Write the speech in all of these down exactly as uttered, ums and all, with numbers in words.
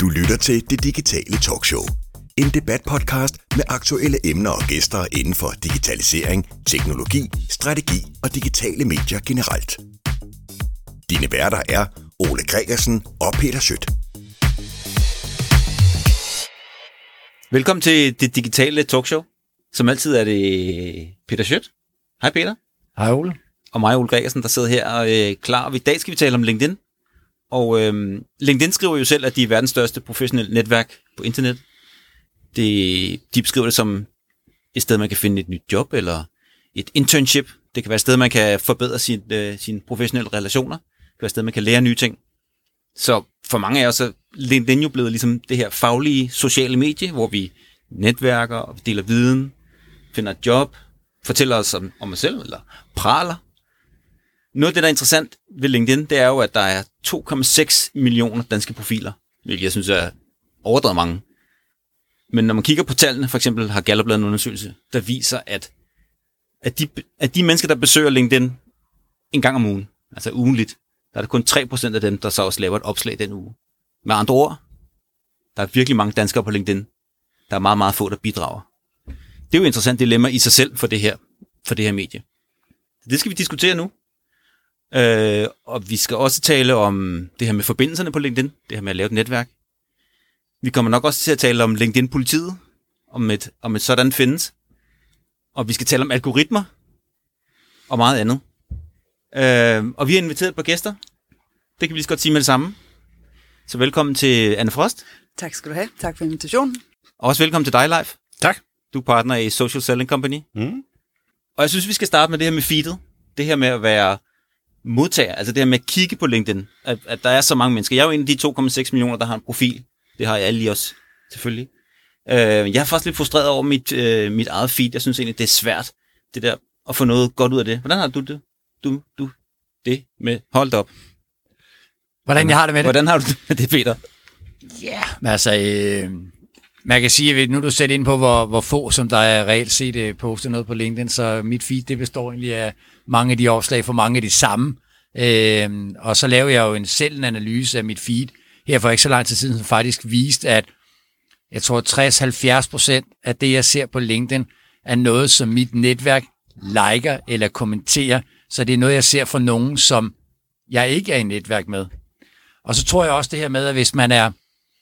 Du lytter til Det Digitale Talkshow. En debatpodcast med aktuelle emner og gæster inden for digitalisering, teknologi, strategi og digitale medier generelt. Dine værter er Ole Gregersen og Peter Schødt. Velkommen til Det Digitale Talkshow. Som altid er det Peter Schødt. Hej Peter. Hej Ole. Og mig, Ole Gregersen, der sidder her og øh, klar. Og i dag skal vi tale om LinkedIn. Og øh, LinkedIn skriver jo selv, at de er verdens største professionelle netværk på internet. Det, de beskriver det som et sted, man kan finde et nyt job, eller et internship. Det kan være et sted, man kan forbedre sin, øh, sine professionelle relationer. Det kan være et sted, man kan lære nye ting. Så for mange af os er LinkedIn jo blevet ligesom det her faglige, sociale medie, hvor vi netværker og deler viden, finder et job, fortæller os om, om os selv, eller praler. Noget af det, der er interessant ved LinkedIn, det er jo, at der er to komma seks millioner danske profiler, hvilket jeg synes er overdrevet mange. Men når man kigger på tallene, for eksempel har Gallup lavet en undersøgelse, der viser, at, at, de, at de mennesker, der besøger LinkedIn en gang om ugen, altså ugenligt, der er det kun tre procent af dem, der så også laver et opslag den uge. Med andre ord, der er virkelig mange danskere på LinkedIn. Der er meget, meget få, der bidrager. Det er jo et interessant dilemma i sig selv for det her, for det her medie. Det skal vi diskutere nu. Øh, og vi skal også tale om det her med forbindelserne på LinkedIn, det her med at lave et netværk. Vi kommer nok også til at tale om LinkedIn-politiet, om et, om et sådan findes. Og vi skal tale om algoritmer og meget andet. Øh, og vi har inviteret et par gæster. Det kan vi lige så godt sige med det samme. Så velkommen til Anne Frost. Tak skal du have. Tak for invitationen. Og også velkommen til dig, Leif. Tak. Du er partner i Social Selling Company. Mm. Og jeg synes, vi skal starte med det her med feedet. Det her med at være modtager. Altså det her med at kigge på LinkedIn. At, at der er så mange mennesker. Jeg er jo en af de to komma seks millioner, der har en profil. Det har jeg alle også, selvfølgelig. Øh, jeg er faktisk lidt frustreret over mit, øh, mit eget feed. Jeg synes egentlig, det er svært, det der, at få noget godt ud af det. Hvordan har du det? Du, du, det med hold op. Hvordan jeg har det med det? Hvordan har du det med det, Peter? Ja, yeah, altså, øh, man kan sige, at nu er du sæt ind på, hvor, hvor få, som der er reelt set øh, postet noget på LinkedIn, så mit feed, det består egentlig af mange af de opslag for mange af de samme. Øh, og så laver jeg jo en selv en analyse af mit feed, her for ikke så lang tid siden, som faktisk viste, at jeg tror tres til halvfjerds procent af det, jeg ser på LinkedIn, er noget, som mit netværk liker eller kommenterer. Så det er noget, jeg ser fra nogen, som jeg ikke er i netværk med. Og så tror jeg også det her med, at hvis man er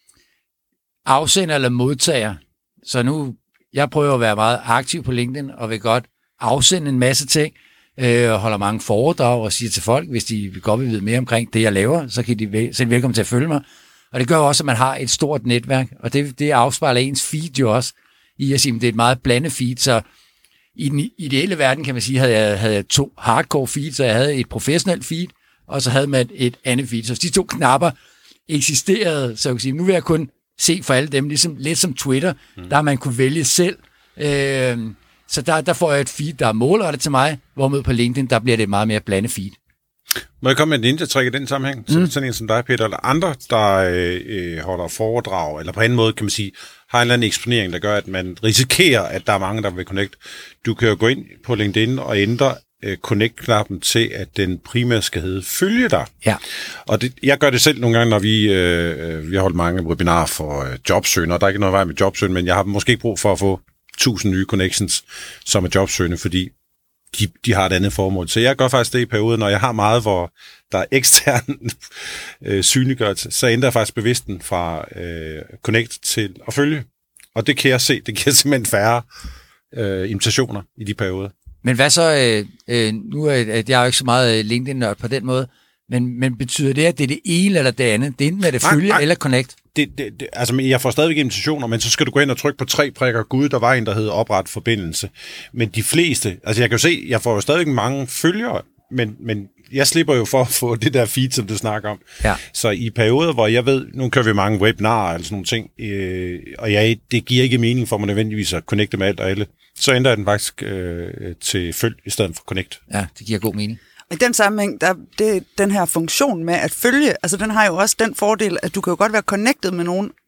afsender eller modtager, så nu, jeg prøver at være meget aktiv på LinkedIn, og vil godt afsende en masse ting, øh, og holder mange foredrag og siger til folk, hvis de godt vil vide mere omkring det, jeg laver, så kan de selv velkommen til at følge mig. Og det gør også, at man har et stort netværk, og det, det afspejler ens feed jo også, i at sige, at det er et meget blandet feed, så i den ideelle verden, kan man sige, havde jeg, havde jeg to hardcore feeds, så jeg havde et professionelt feed, og så havde man et andet feed. Så de to knapper eksisterede, så jeg kan sige, nu vil jeg kun se for alle dem, ligesom, lidt som Twitter, mm. der man kunne vælge selv. Øh, så der, der får jeg et feed, der er målrettet til mig, hvorimod på LinkedIn, der bliver det et meget mere blandet feed. Må jeg komme med en ninja-trick i den sammenhæng? Mm. Sådan en som dig, Peter, eller andre, der øh, holder foredrag, eller på en anden måde, kan man sige, har en eller anden eksponering, der gør, at man risikerer, at der er mange, der vil connect. Du kan jo gå ind på LinkedIn og ændre øh, connect-knappen til, at den primært skal hedde følge dig. Ja. Og det, jeg gør det selv nogle gange, når vi, øh, vi har holdt mange webinarer for øh, jobsøgende, og der er ikke noget vej med jobsøgende, men jeg har måske ikke brug for at få tusind nye connections, som er jobsøgende, fordi De, de har et andet formål. Så jeg gør faktisk det i perioden, når jeg har meget, hvor der er ekstern øh, synliggørelse, så ændrer jeg faktisk bevidsten fra øh, connect til at følge. Og det kan jeg se, det giver simpelthen færre øh, invitationer i de perioder. Men hvad så, øh, øh, nu er jeg jo ikke så meget LinkedIn-nørd på den måde, men, men betyder det, at det er det ene eller det andet? Det er enten, at det følge eller connect? Det, det, det, altså, jeg får stadigvæk invitationer, men så skal du gå ind og trykke på tre prikker. Gud, der var en, der hed opret forbindelse. Men de fleste, altså jeg kan jo se, jeg får jo stadigvæk mange følgere, men, men jeg slipper jo for at få det der feed, som du snakker om. Ja. Så i perioder, hvor jeg ved, nu kører vi mange webinarer eller sådan nogle ting, øh, og jeg, det giver ikke mening for mig nødvendigvis at connecte med alt og alle, så ændrer jeg den faktisk øh, til følg i stedet for connect. Ja, det giver god mening. I den sammenhæng, der, det, den her funktion med at følge, altså den har jo også den fordel, at du kan jo godt være connected med nogen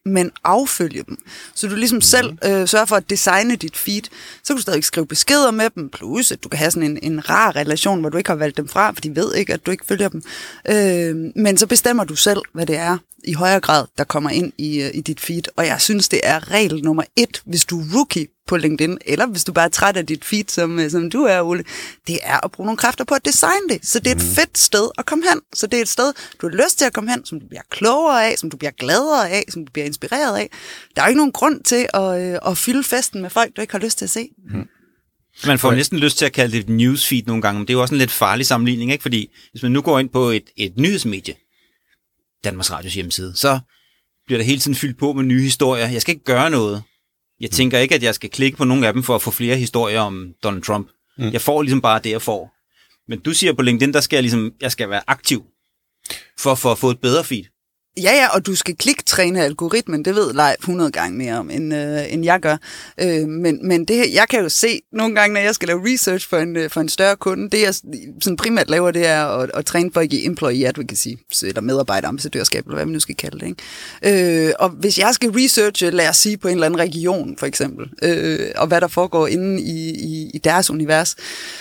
men affølge dem. Så du ligesom mm. selv øh, sørger for at designe dit feed. Så kan du stadig skrive beskeder med dem, plus at du kan have sådan en, en rar relation, hvor du ikke har valgt dem fra, for de ved ikke, at du ikke følger dem. Øh, men så bestemmer du selv, hvad det er i højere grad, der kommer ind i, i dit feed. Og jeg synes, det er regel nummer et, hvis du er rookie på LinkedIn, eller hvis du bare er træt af dit feed, som, som du er, Ole, det er at bruge nogle kræfter på at designe det. Så det er et mm. fedt sted at komme hen. Så det er et sted, du har lyst til at komme hen, som du bliver klogere af, som du bliver gladere af, som du bliver inspireret af. Der er jo ikke nogen grund til at, øh, at fylde festen med folk, du ikke har lyst til at se. Mm. Man får næsten lyst til at kalde det et newsfeed nogle gange, men det er jo også en lidt farlig sammenligning, ikke? Fordi hvis man nu går ind på et, et nyhedsmedie, Danmarks Radios hjemmeside, så bliver der hele tiden fyldt på med nye historier. Jeg skal ikke gøre noget. Jeg tænker ikke, at jeg skal klikke på nogle af dem for at få flere historier om Donald Trump. Mm. Jeg får ligesom bare det, jeg får. Men du siger på LinkedIn, der skal jeg ligesom, jeg skal være aktiv for, for at få et bedre feed. Ja, ja, og du skal kliktræne algoritmen, det ved Leif hundrede gange mere om, end, øh, end jeg gør. Øh, men men det, jeg kan jo se nogle gange, når jeg skal lave research for en, for en større kunde, det jeg sådan primært laver, det er at, at træne folk i employee advocacy, eller medarbejderambassadørskab, eller hvad man nu skal kalde det. Ikke? Øh, og hvis jeg skal researche, lad os sige, på en eller anden region, for eksempel, øh, og hvad der foregår inde i, i, i deres univers,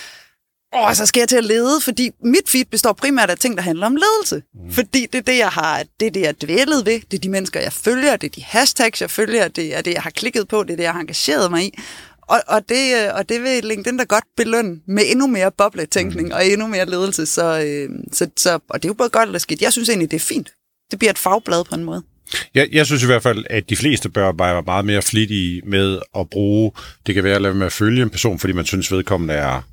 Åh, så skal jeg til at lede, fordi mit feed består primært af ting, der handler om ledelse. Mm. Fordi det er det, jeg har, det er det, jeg dvælet ved, det er de mennesker, jeg følger, det er de hashtags, jeg følger, det er det, jeg har klikket på, det er det, jeg har engageret mig i. Og, og, det, og det vil LinkedIn da godt belønne med endnu mere bobletænkning mm. og endnu mere ledelse. Så, øh, så, så, og det er jo både godt eller skidt. Jeg synes egentlig, det er fint. Det bliver et fagblad på en måde. Jeg, jeg synes i hvert fald, at de fleste bør være meget mere flittige med at bruge, det kan være at lade med at følge en person, fordi man synes vedkommende er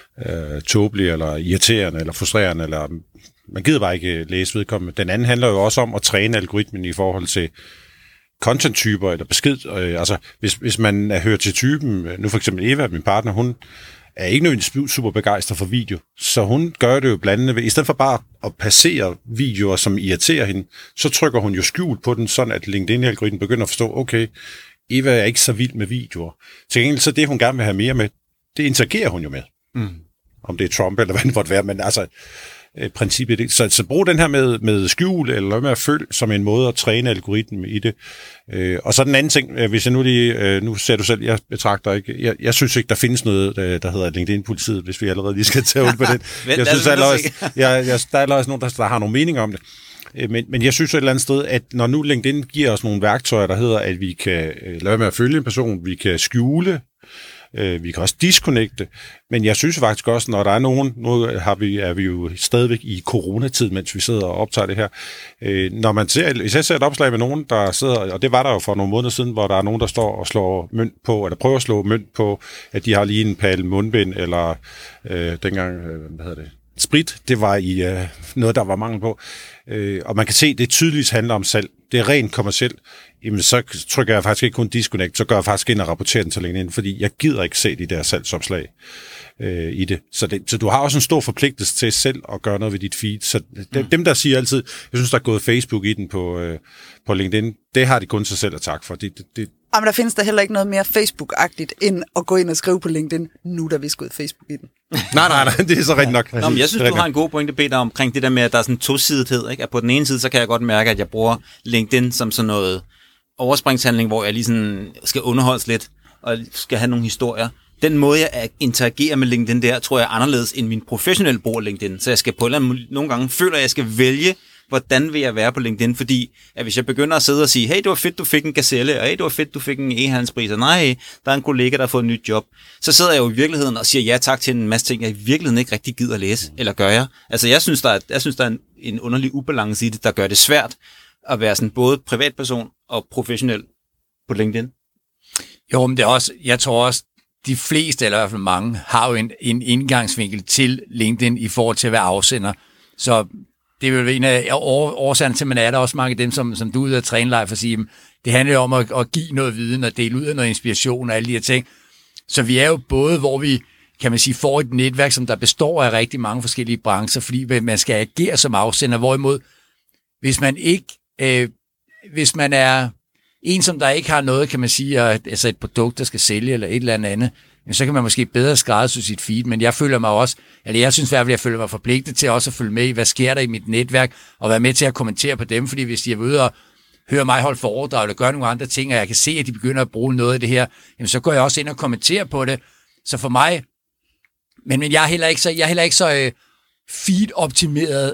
øh, tåbelig, eller irriterende, eller frustrerende, eller man gider bare ikke læse vedkommende. Den anden handler jo også om at træne algoritmen i forhold til content-typer, eller besked. Øh, altså, hvis, hvis man er hørt til typen, nu for eksempel Eva, min partner, hun er ikke nødvendigvis super begejstret for video, så hun gør det jo blandt andet ved, i stedet for bare at passere videoer, som irriterer hende, så trykker hun jo skjult på den, sådan at LinkedIn-algoritmen begynder at forstå, okay, Eva er ikke så vild med videoer. Til gengæld så det, hun gerne vil have mere med, det interagerer hun jo med. Mm. Om det er Trump, eller hvad det måtte være, men altså, øh, princippet det. Så, så brug den her med, med skjul, eller med at følge, som en måde at træne algoritmen i det. Øh, og så den anden ting, øh, hvis jeg nu lige, øh, nu ser du selv, jeg betragter ikke, jeg, jeg synes ikke, der findes noget, der, der hedder LinkedIn-politiet, hvis vi allerede lige skal tage ud på det. Jeg synes allerede, jeg, jeg, der er allerede nogen, der, der har nogle meninger om det. Men, men jeg synes et eller andet sted, at når nu LinkedIn giver os nogle værktøjer, der hedder, at vi kan øh, lade med at følge en person, vi kan skjule, øh, vi kan også disconnecte, men jeg synes faktisk også, når der er nogen, nu har vi, er vi jo stadigvæk i coronatid, mens vi sidder og optager det her, øh, når man ser, hvis jeg ser et opslag med nogen, der sidder, og det var der jo for nogle måneder siden, hvor der er nogen, der står og slår mønt på, eller prøver at slå mønt på, at de har lige en pæl mundbind, eller øh, dengang, øh, hvad hedder det, sprit, det var i øh, noget, der var mangel på. Øh, og man kan se, at det tydeligvis handler om salg. Det er rent kommercielt. Jamen, så trykker jeg faktisk ikke kun disconnect, så gør jeg faktisk ind og rapporterer den til LinkedIn, fordi jeg gider ikke se de der salgsopslag øh, i det. Så, det. så du har også en stor forpligtelse til selv at gøre noget ved dit feed. Så dem, mm. dem der siger altid, jeg synes, der er gået Facebook i den på, øh, på LinkedIn, det har de kun sig selv at takke for. Det, det, det, Jamen, der findes der heller ikke noget mere Facebook-agtigt, end at gå ind og skrive på LinkedIn, nu der vi skal ud Facebook i den. nej, nej, nej, det er så rigtig nok. Nå, men jeg synes, du har en god pointe, Peter, omkring det der med, at der er sådan en tosidethed, ikke? At på den ene side, så kan jeg godt mærke, at jeg bruger LinkedIn som sådan noget overspringshandling, hvor jeg lige sådan skal underholdes lidt, og skal have nogle historier. Den måde, jeg interagerer med LinkedIn der, tror jeg er anderledes end min professionelle brug af LinkedIn. Så jeg skal på en eller anden, nogle gange føler, at jeg skal vælge, hvordan vil jeg være på LinkedIn, fordi at hvis jeg begynder at sidde og sige, hey, det var fedt, du fik en Gazelle, og hey, det var fedt, du fik en e-handelspris, og nej, der er en kollega, der har fået et nyt job, så sidder jeg jo i virkeligheden og siger ja tak til en masse ting, jeg i virkeligheden ikke rigtig gider at læse, eller gør jeg? Altså, jeg synes, der er, jeg synes, der er en, en underlig ubalance i det, der gør det svært at være sådan både privatperson og professionel på LinkedIn. Jo, men det er også, jeg tror også, de fleste, eller i hvert fald mange, har jo en, en indgangsvinkel til LinkedIn i forhold til at være afsender, så det er jo en af årsagerne til, at man er der også mange af dem, som, som du er ude at træne live for at sige, det handler jo om at, at give noget viden og dele ud af noget inspiration og alle de her ting. Så vi er jo både, hvor vi, kan man sige, får et netværk, som der består af rigtig mange forskellige brancher, fordi man skal agere som afsender, hvorimod, hvis man ikke, øh, hvis man er en, som der ikke har noget, kan man sige, altså et produkt, der skal sælge eller et eller andet, så kan man måske bedre skræddersy sit feed, men jeg føler mig også, eller jeg synes i hvert fald, jeg føler mig forpligtet til også at følge med i, hvad sker der i mit netværk, og være med til at kommentere på dem, fordi hvis de er ude og hører mig holde foredrag, eller gøre nogle andre ting, og jeg kan se, at de begynder at bruge noget af det her, jamen så går jeg også ind og kommenterer på det. Så for mig, men, men jeg er heller ikke så, jeg er heller ikke så øh, feed-optimeret,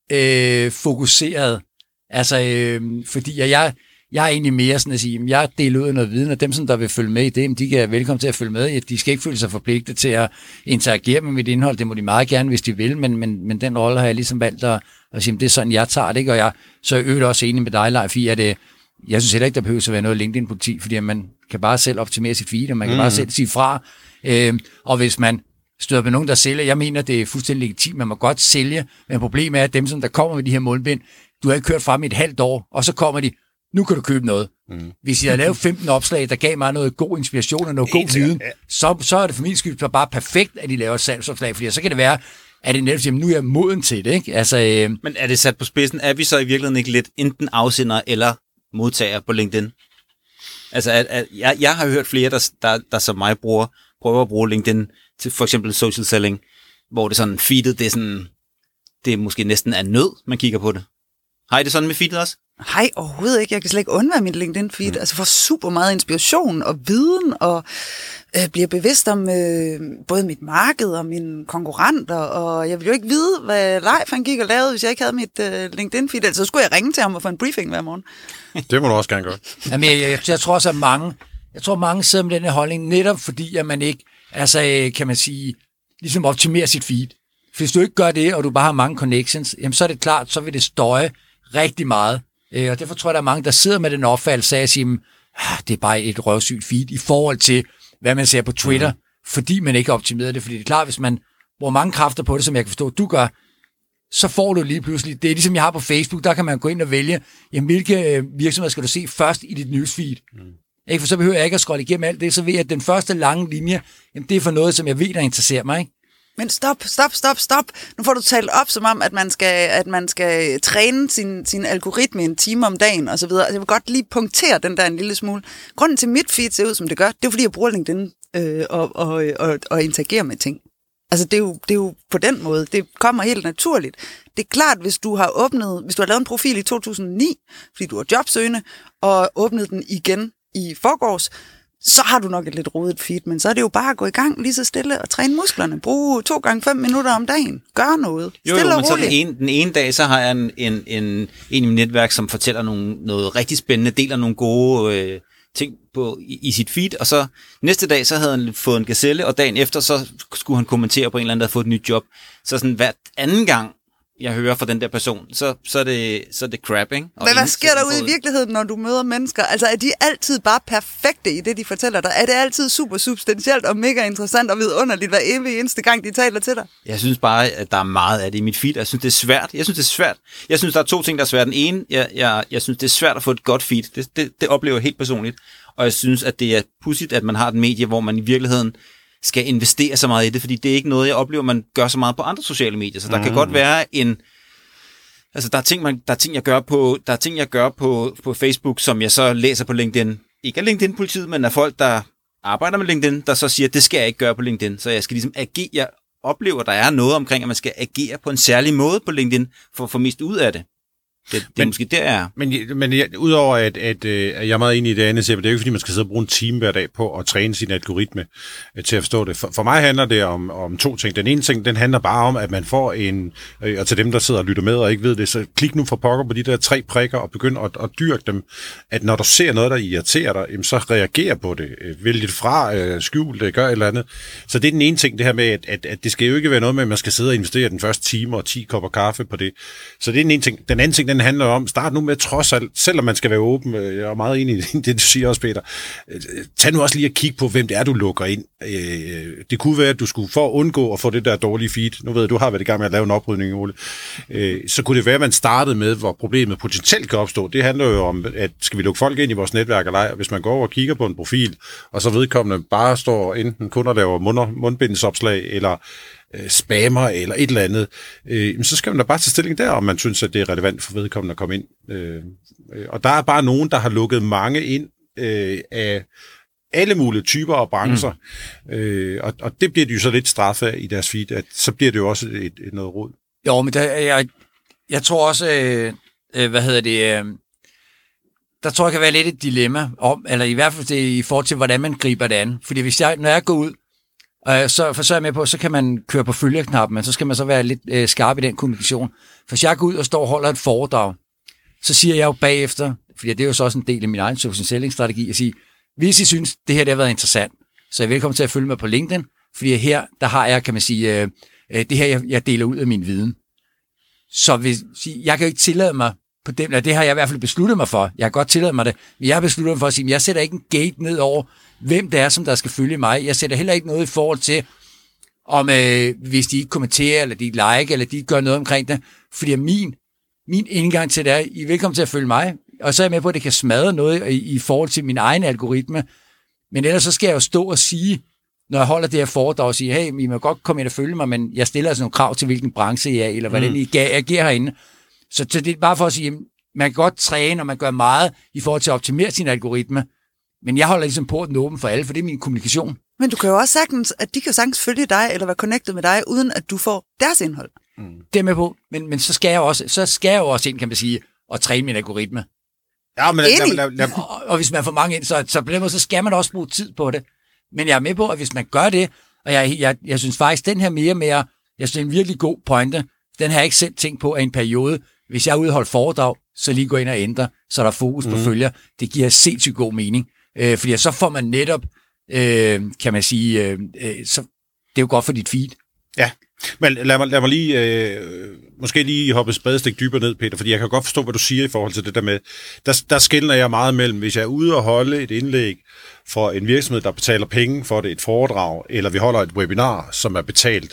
øh, fokuseret. Altså, øh, fordi jeg, jeg, jeg er egentlig mere sådan at sige, jeg deler ud af noget viden, og dem, som der vil følge med i det, de kan velkommen til at følge med. De skal ikke føle sig forpligtet til at interagere med mit indhold. Det må de meget gerne, hvis de vil, men, men, men den rolle har jeg ligesom valgt at, at sige, det er sådan, jeg tager det, ikke? Og jeg så er øvrigt også enig med dig, Leif, i, at jeg synes heller ikke, der behøver at være noget LinkedIn-politi, fordi man kan bare selv optimere sit feed, og man kan mm. bare selv sige fra. Øh, og hvis man støder på nogen, der sælger, jeg mener, det er fuldstændig legitimt, man må godt sælge, men problemet er, at dem, som der kommer med de her mundbind, du har ikke kørt frem i et halvt år, og så kommer de, nu kan du købe noget. Mm. Hvis jeg havde lavet femten opslag, der gav mig noget god inspiration og noget god viden, så, så er det for min skyld bare perfekt, at de laver et salgsopslag, fordi så kan det være, at det netop siger, nu er jeg moden til det, ikke? Altså, øh... Men er det sat på spidsen? Er vi så i virkeligheden ikke lidt enten afsender eller modtager på LinkedIn? Altså, at, at, jeg, jeg har hørt flere, der, der, der som mig bruger, prøver at bruge LinkedIn til for eksempel social selling, hvor det sådan feedet, det er sådan, det er måske næsten af nød, man kigger på det. Har I det sådan med feedet også? Nej, overhovedet ikke. Jeg kan slet ikke undvære mit LinkedIn-feed. Mm. Altså får super meget inspiration og viden, og øh, bliver bevidst om øh, både mit marked og mine konkurrenter, og jeg ville jo ikke vide, hvad Leif han gik og lavede, hvis jeg ikke havde mit øh, LinkedIn-feed. Altså så skulle jeg ringe til ham og få en briefing hver morgen. Det må du også gerne gøre. Jamen, jeg, jeg, jeg tror også, at mange, jeg tror, mange sidder med denne holdning, netop fordi, at man ikke, altså kan man sige, ligesom optimerer sit feed. Hvis du ikke gør det, og du bare har mange connections, jamen så er det klart, så vil det støje rigtig meget. Og derfor tror jeg, der er mange, der sidder med den opfattelse af at sige, ah, det er bare et røvsygt feed i forhold til, hvad man ser på Twitter, mm. fordi man ikke har optimeret det. Fordi det er klart, hvis man bruger mange kræfter på det, som jeg kan forstå, at du gør, så får du lige pludselig, det er ligesom jeg har på Facebook, der kan man gå ind og vælge, jamen, hvilke virksomheder skal du se først i dit newsfeed. Mm. Ikke? For så behøver jeg ikke at scrolle igennem alt det, så ved jeg, at den første lange linje, jamen, det er for noget, som jeg ved, der interesserer mig. Ikke? Men stop, stop, stop, stop. Nu får du talt op som om, at man skal, at man skal træne sin, sin algoritme en time om dagen og så videre. Altså, jeg vil godt lige punktere den der en lille smule. Grunden til mit feed ser ud, som det gør, det er fordi, jeg bruger LinkedIn øh, og, og, og, og interagerer med ting. Altså, det er, jo, det er jo på den måde. Det kommer helt naturligt. Det er klart, hvis du har åbnet, hvis du har lavet en profil i to tusind og ni, fordi du er jobsøgende, og åbnet den igen i forgårs, så har du nok et lidt rodet feed, men så er det jo bare at gå i gang lige så stille og træne musklerne. Brug to gange fem minutter om dagen. Gør noget. Jo, jo, men så den ene, den ene dag, så har jeg en, en, en, en i mit netværk, som fortæller nogle, noget rigtig spændende, deler nogle gode øh, ting på, i, i sit feed, og så næste dag, så havde han fået en gazelle, og dagen efter, så skulle han kommentere på en eller anden, der havde fået et nyt job. Så sådan hver anden gang, jeg hører fra den der person, så, så, er, det, så er det crap, ikke? Og Men hvad sker der ude i virkeligheden, når du møder mennesker? Altså, er de altid bare perfekte i det, de fortæller dig? Er det altid super substantielt og mega interessant og vidunderligt hver evig eneste gang, de taler til dig? Jeg synes bare, at der er meget af det i mit feed. Jeg synes, det er svært. Jeg synes, det er svært. Jeg synes, der er to ting, der er svært. Den ene, jeg, jeg, jeg synes, det er svært at få et godt feed. Det, det, det oplever jeg helt personligt. Og jeg synes, at det er pudsigt, at man har et medie, hvor man i virkeligheden skal investere så meget i det, fordi det er ikke noget, jeg oplever, man gør så meget på andre sociale medier. Så der mm. kan godt være en... Altså, der er ting, man, der er ting jeg gør på, der er ting, jeg gør på, på Facebook, som jeg så læser på LinkedIn. Ikke af LinkedIn-politiet, men af folk, der arbejder med LinkedIn, der så siger, at det skal jeg ikke gøre på LinkedIn. Så jeg skal ligesom agere. Jeg oplever, der er noget omkring, at man skal agere på en særlig måde på LinkedIn, for at få mest ud af det. Det, det men, er måske der, jeg er. Men, men jeg, udover at, at, at jeg er meget enig i det andet, så det er jo ikke, fordi man skal sidde og bruge en time hver dag på at træne sin algoritme til at forstå det. For, for mig handler det om, om to ting. Den ene ting, den handler bare om, at man får en, og til dem, der sidder og lytter med og ikke ved det, så klik nu for pokker på de der tre prikker og begynd at, at dyrke dem. At når du ser noget, der irriterer dig, så reagerer på det. Vælg det fra, skjul det, gør et eller andet. Så det er den ene ting, det her med, at, at, at det skal jo ikke være noget med, at man skal sidde og investere den første time og ti kopper kaffe på det. Så det er den ene ting. Den anden ting, den handler om, start nu med trods alt, selvom man skal være åben, jeg er meget enig i det, du siger også, Peter, tag nu også lige at kigge på, hvem det er, du lukker ind. Det kunne være, at du skulle for at undgå at få det der dårlige feed, nu ved jeg, du har været i gang med at lave en oprydning, Ole, så kunne det være, at man startede med, hvor problemet potentielt kan opstå. Det handler jo om, at skal vi lukke folk ind i vores netværk eller ej, hvis man går over og kigger på en profil, og så vedkommende bare står enten kun og laver mund- mundbindsopslag, eller spammer eller et eller andet, øh, så skal man da bare tage stilling der, om man synes, at det er relevant for vedkommende at komme ind. Øh, og der er bare nogen, der har lukket mange ind øh, af alle mulige typer og brancher, mm. øh, og, og det bliver de jo så lidt straffet af i deres feed, at så bliver det jo også et, et noget råd. Jo, men der, jeg, jeg tror også, øh, øh, hvad hedder det, øh, der tror jeg kan være lidt et dilemma, om, eller i hvert fald det, i forhold til, hvordan man griber det an. Fordi hvis jeg, når jeg går ud, øh, så, for så er jeg med på, så kan man køre på følgerknappen, men så skal man så være lidt øh, skarp i den kommunikation. For hvis jeg går ud og står og holder et foredrag, så siger jeg jo bagefter, fordi det er jo så også en del af min egen social selling-strategi, at sige, hvis I synes, det her det har været interessant, så er I velkommen til at følge mig på LinkedIn, fordi her, der har jeg, kan man sige, øh, det her, jeg, jeg deler ud af min viden. Så hvis, jeg kan jo ikke tillade mig på dem, eller det har jeg i hvert fald besluttet mig for, jeg har godt tilladet mig det, men jeg har besluttet mig for at sige, at jeg sætter ikke en gate ned over, hvem det er, som der skal følge mig. Jeg sætter heller ikke noget i forhold til, om øh, hvis de ikke kommenterer, eller de ikke like, eller de ikke gør noget omkring det, fordi min, min indgang til det er, I er velkommen til at følge mig, og så er jeg med på, at det kan smadre noget i, i forhold til min egen algoritme, men ellers så skal jeg jo stå og sige, når jeg holder det her foredrag og sige, hey, I må godt komme ind og følge mig, men jeg stiller altså nogle krav til, hvilken branche I er, eller hvordan mm. I agerer herinde. Så, så det er bare for at sige, at man kan godt træne, og man gør meget i forhold til at optimere sin algoritme, men jeg holder ligesom porten åben for alle, for det er min kommunikation. Men du kan jo også sagtens, at de kan sagtens følge dig, eller være connected med dig, uden at du får deres indhold. Mm. Det er med på, men, men så, skal jeg også, så skal jeg jo også ind, kan man sige, og træne min algoritme. Ja, men lad, lad, lad. Og, og hvis man får mange ind, så, så på den måde, så skal man også bruge tid på det. Men jeg er med på, at hvis man gør det, og jeg, jeg, jeg synes faktisk, den her mere mere, jeg synes, det er en virkelig god pointe, den har jeg ikke selv tænkt på, at en periode, hvis jeg er ude og holde foredrag, så lige gå ind og ændre, så der er fokus mm. på følger. Det giver sindssygt god mening. Øh, fordi så får man netop, øh, kan man sige, øh, øh, så det er jo godt for dit feed. Ja, men lad mig, lad mig lige, øh, måske lige hoppe et spadestik dybere ned, Peter, fordi jeg kan godt forstå, hvad du siger i forhold til det der med, der, der skelner jeg meget mellem, hvis jeg er ude og holde et indlæg for en virksomhed, der betaler penge for det, et foredrag, eller vi holder et webinar, som er betalt,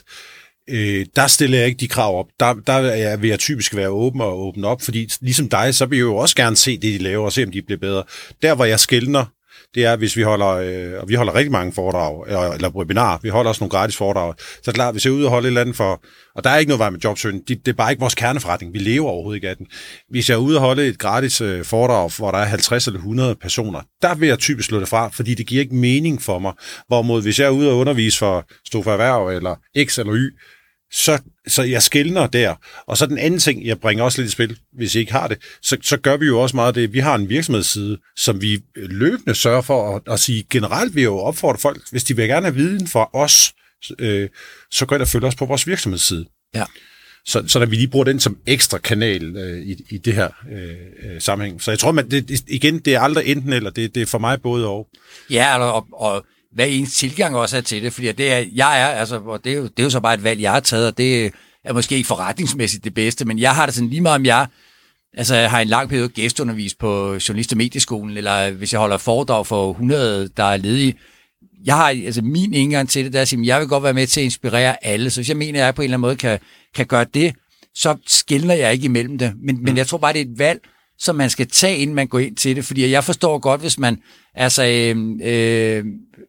øh, der stiller jeg ikke de krav op. Der, der er jeg, vil jeg typisk være åben og åbne op, fordi ligesom dig, så vil jeg jo også gerne se det, de laver, og se, om de bliver bedre. Der, hvor jeg skelner, det er, hvis vi holder, øh, og vi holder rigtig mange foredrag, eller, eller webinarer, vi holder også nogle gratis foredrag, så er det klart, hvis jeg er ude og holde et eller andet for, og der er ikke noget vej med jobsøgning, det, det er bare ikke vores kerneforretning, vi lever overhovedet ikke af den. Hvis jeg er ude og holde et gratis øh, foredrag, hvor der er halvtreds eller hundrede personer, der vil jeg typisk slå det fra, fordi det giver ikke mening for mig. Hvorimod, hvis jeg er ude og undervise for Stofa Erhverv, eller X eller Y, Så, så jeg skelner der. Og så den anden ting, jeg bringer også lidt i spil, hvis I ikke har det, så, så gør vi jo også meget af det. Vi har en virksomhedsside, som vi løbende sørger for at, at sige, generelt vil jeg jo opfordre folk, hvis de vil gerne have viden fra os, øh, så går jeg og følger os på vores virksomhedsside. Ja. Så, så når vi lige bruger den som ekstra kanal øh, i, i det her øh, sammenhæng. Så jeg tror, man, det, igen, det er aldrig enten eller, det, det er for mig både og. Ja, og, og hvad ens tilgang også er til det, fordi det er, jeg er, altså, og det er, jo, det er jo så bare et valg, jeg har taget, og det er måske ikke forretningsmæssigt det bedste, men jeg har det sådan lige meget, om jeg, altså, jeg har en lang periode gæstundervis på Journalist- og Medieskolen, eller hvis jeg holder foredrag for hundrede, der er ledige. Jeg har, altså min indgang til det, der er at sige, jeg vil godt være med til at inspirere alle, så hvis jeg mener, at jeg på en eller anden måde kan, kan gøre det, så skiller jeg ikke imellem det, men, men jeg tror bare, det er et valg, som man skal tage, inden man går ind til det, fordi jeg forstår godt, hvis man, altså, øh, øh,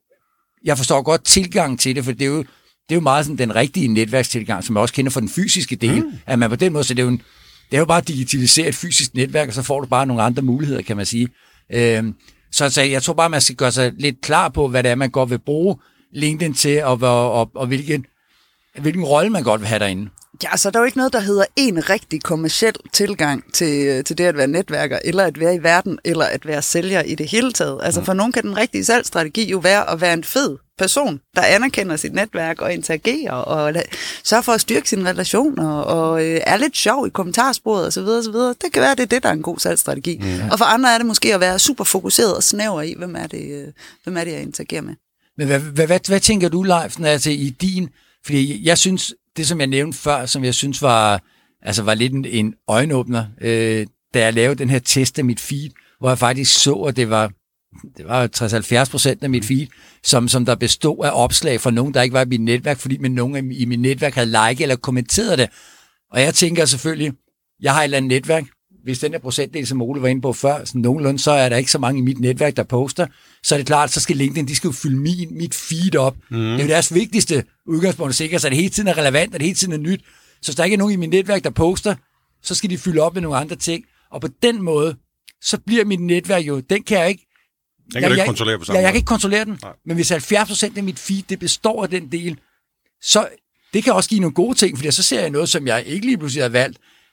jeg forstår godt tilgang til det, for det er jo, det er jo meget sådan den rigtige netværkstilgang, som jeg også kender fra den fysiske del, mm. at man på den måde, så det er jo, en, det er jo bare at digitalisere et fysisk netværk, og så får du bare nogle andre muligheder, kan man sige. Øh, så, så jeg tror bare, man skal gøre sig lidt klar på, hvad det er, man godt vil bruge LinkedIn til, og, og, og, og hvilken, hvilken rolle man godt vil have derinde. Ja, så der er jo ikke noget, der hedder en rigtig kommerciel tilgang til, til det at være netværker, eller at være i verden, eller at være sælger i det hele taget. Altså for nogen kan den rigtige salgsstrategi jo være at være en fed person, der anerkender sit netværk og interagerer, og sørger for at styrke sine relationer, og øh, er lidt sjov i kommentarsporet osv. osv. Det kan være, det er det, der er en god salgsstrategi. Mm. Og for andre er det måske at være super fokuseret og snæver i, hvem er det, øh, hvem er det jeg interagerer med. Men hvad, hvad, hvad, hvad tænker du, Leif, altså, i din? Fordi jeg synes, det som jeg nævnte før, som jeg synes var, altså var lidt en, en øjenåbner, øh, da jeg lavede den her test af mit feed, hvor jeg faktisk så, at det var, det var tres til halvfjerds procent af mit feed, som, som der bestod af opslag fra nogen, der ikke var i mit netværk, fordi men nogen i mit netværk havde liket eller kommenteret det. Og jeg tænker selvfølgelig, jeg har et eller andet netværk, hvis den her procentdel, som Ole var inde på før, sådan nogenlunde, så er der ikke så mange i mit netværk, der poster, så er det klart, så skal LinkedIn, de skal jo fylde min, mit feed op. Mm. Det er jo deres vigtigste udgangspunkt at sikre sig, at det hele tiden er relevant, at det hele tiden er nyt. Så hvis der ikke er nogen i mit netværk, der poster, så skal de fylde op med nogle andre ting. Og på den måde, så bliver mit netværk jo, den kan jeg ikke... Den kan jeg, du ikke kontrollere på samme jeg, jeg måde. kan ikke kontrollere den, nej. Men hvis halvfjerds procent af mit feed, det består af den del, så det kan også give nogle gode ting, fordi så ser jeg noget, som jeg ikke lige pludselig har valgt,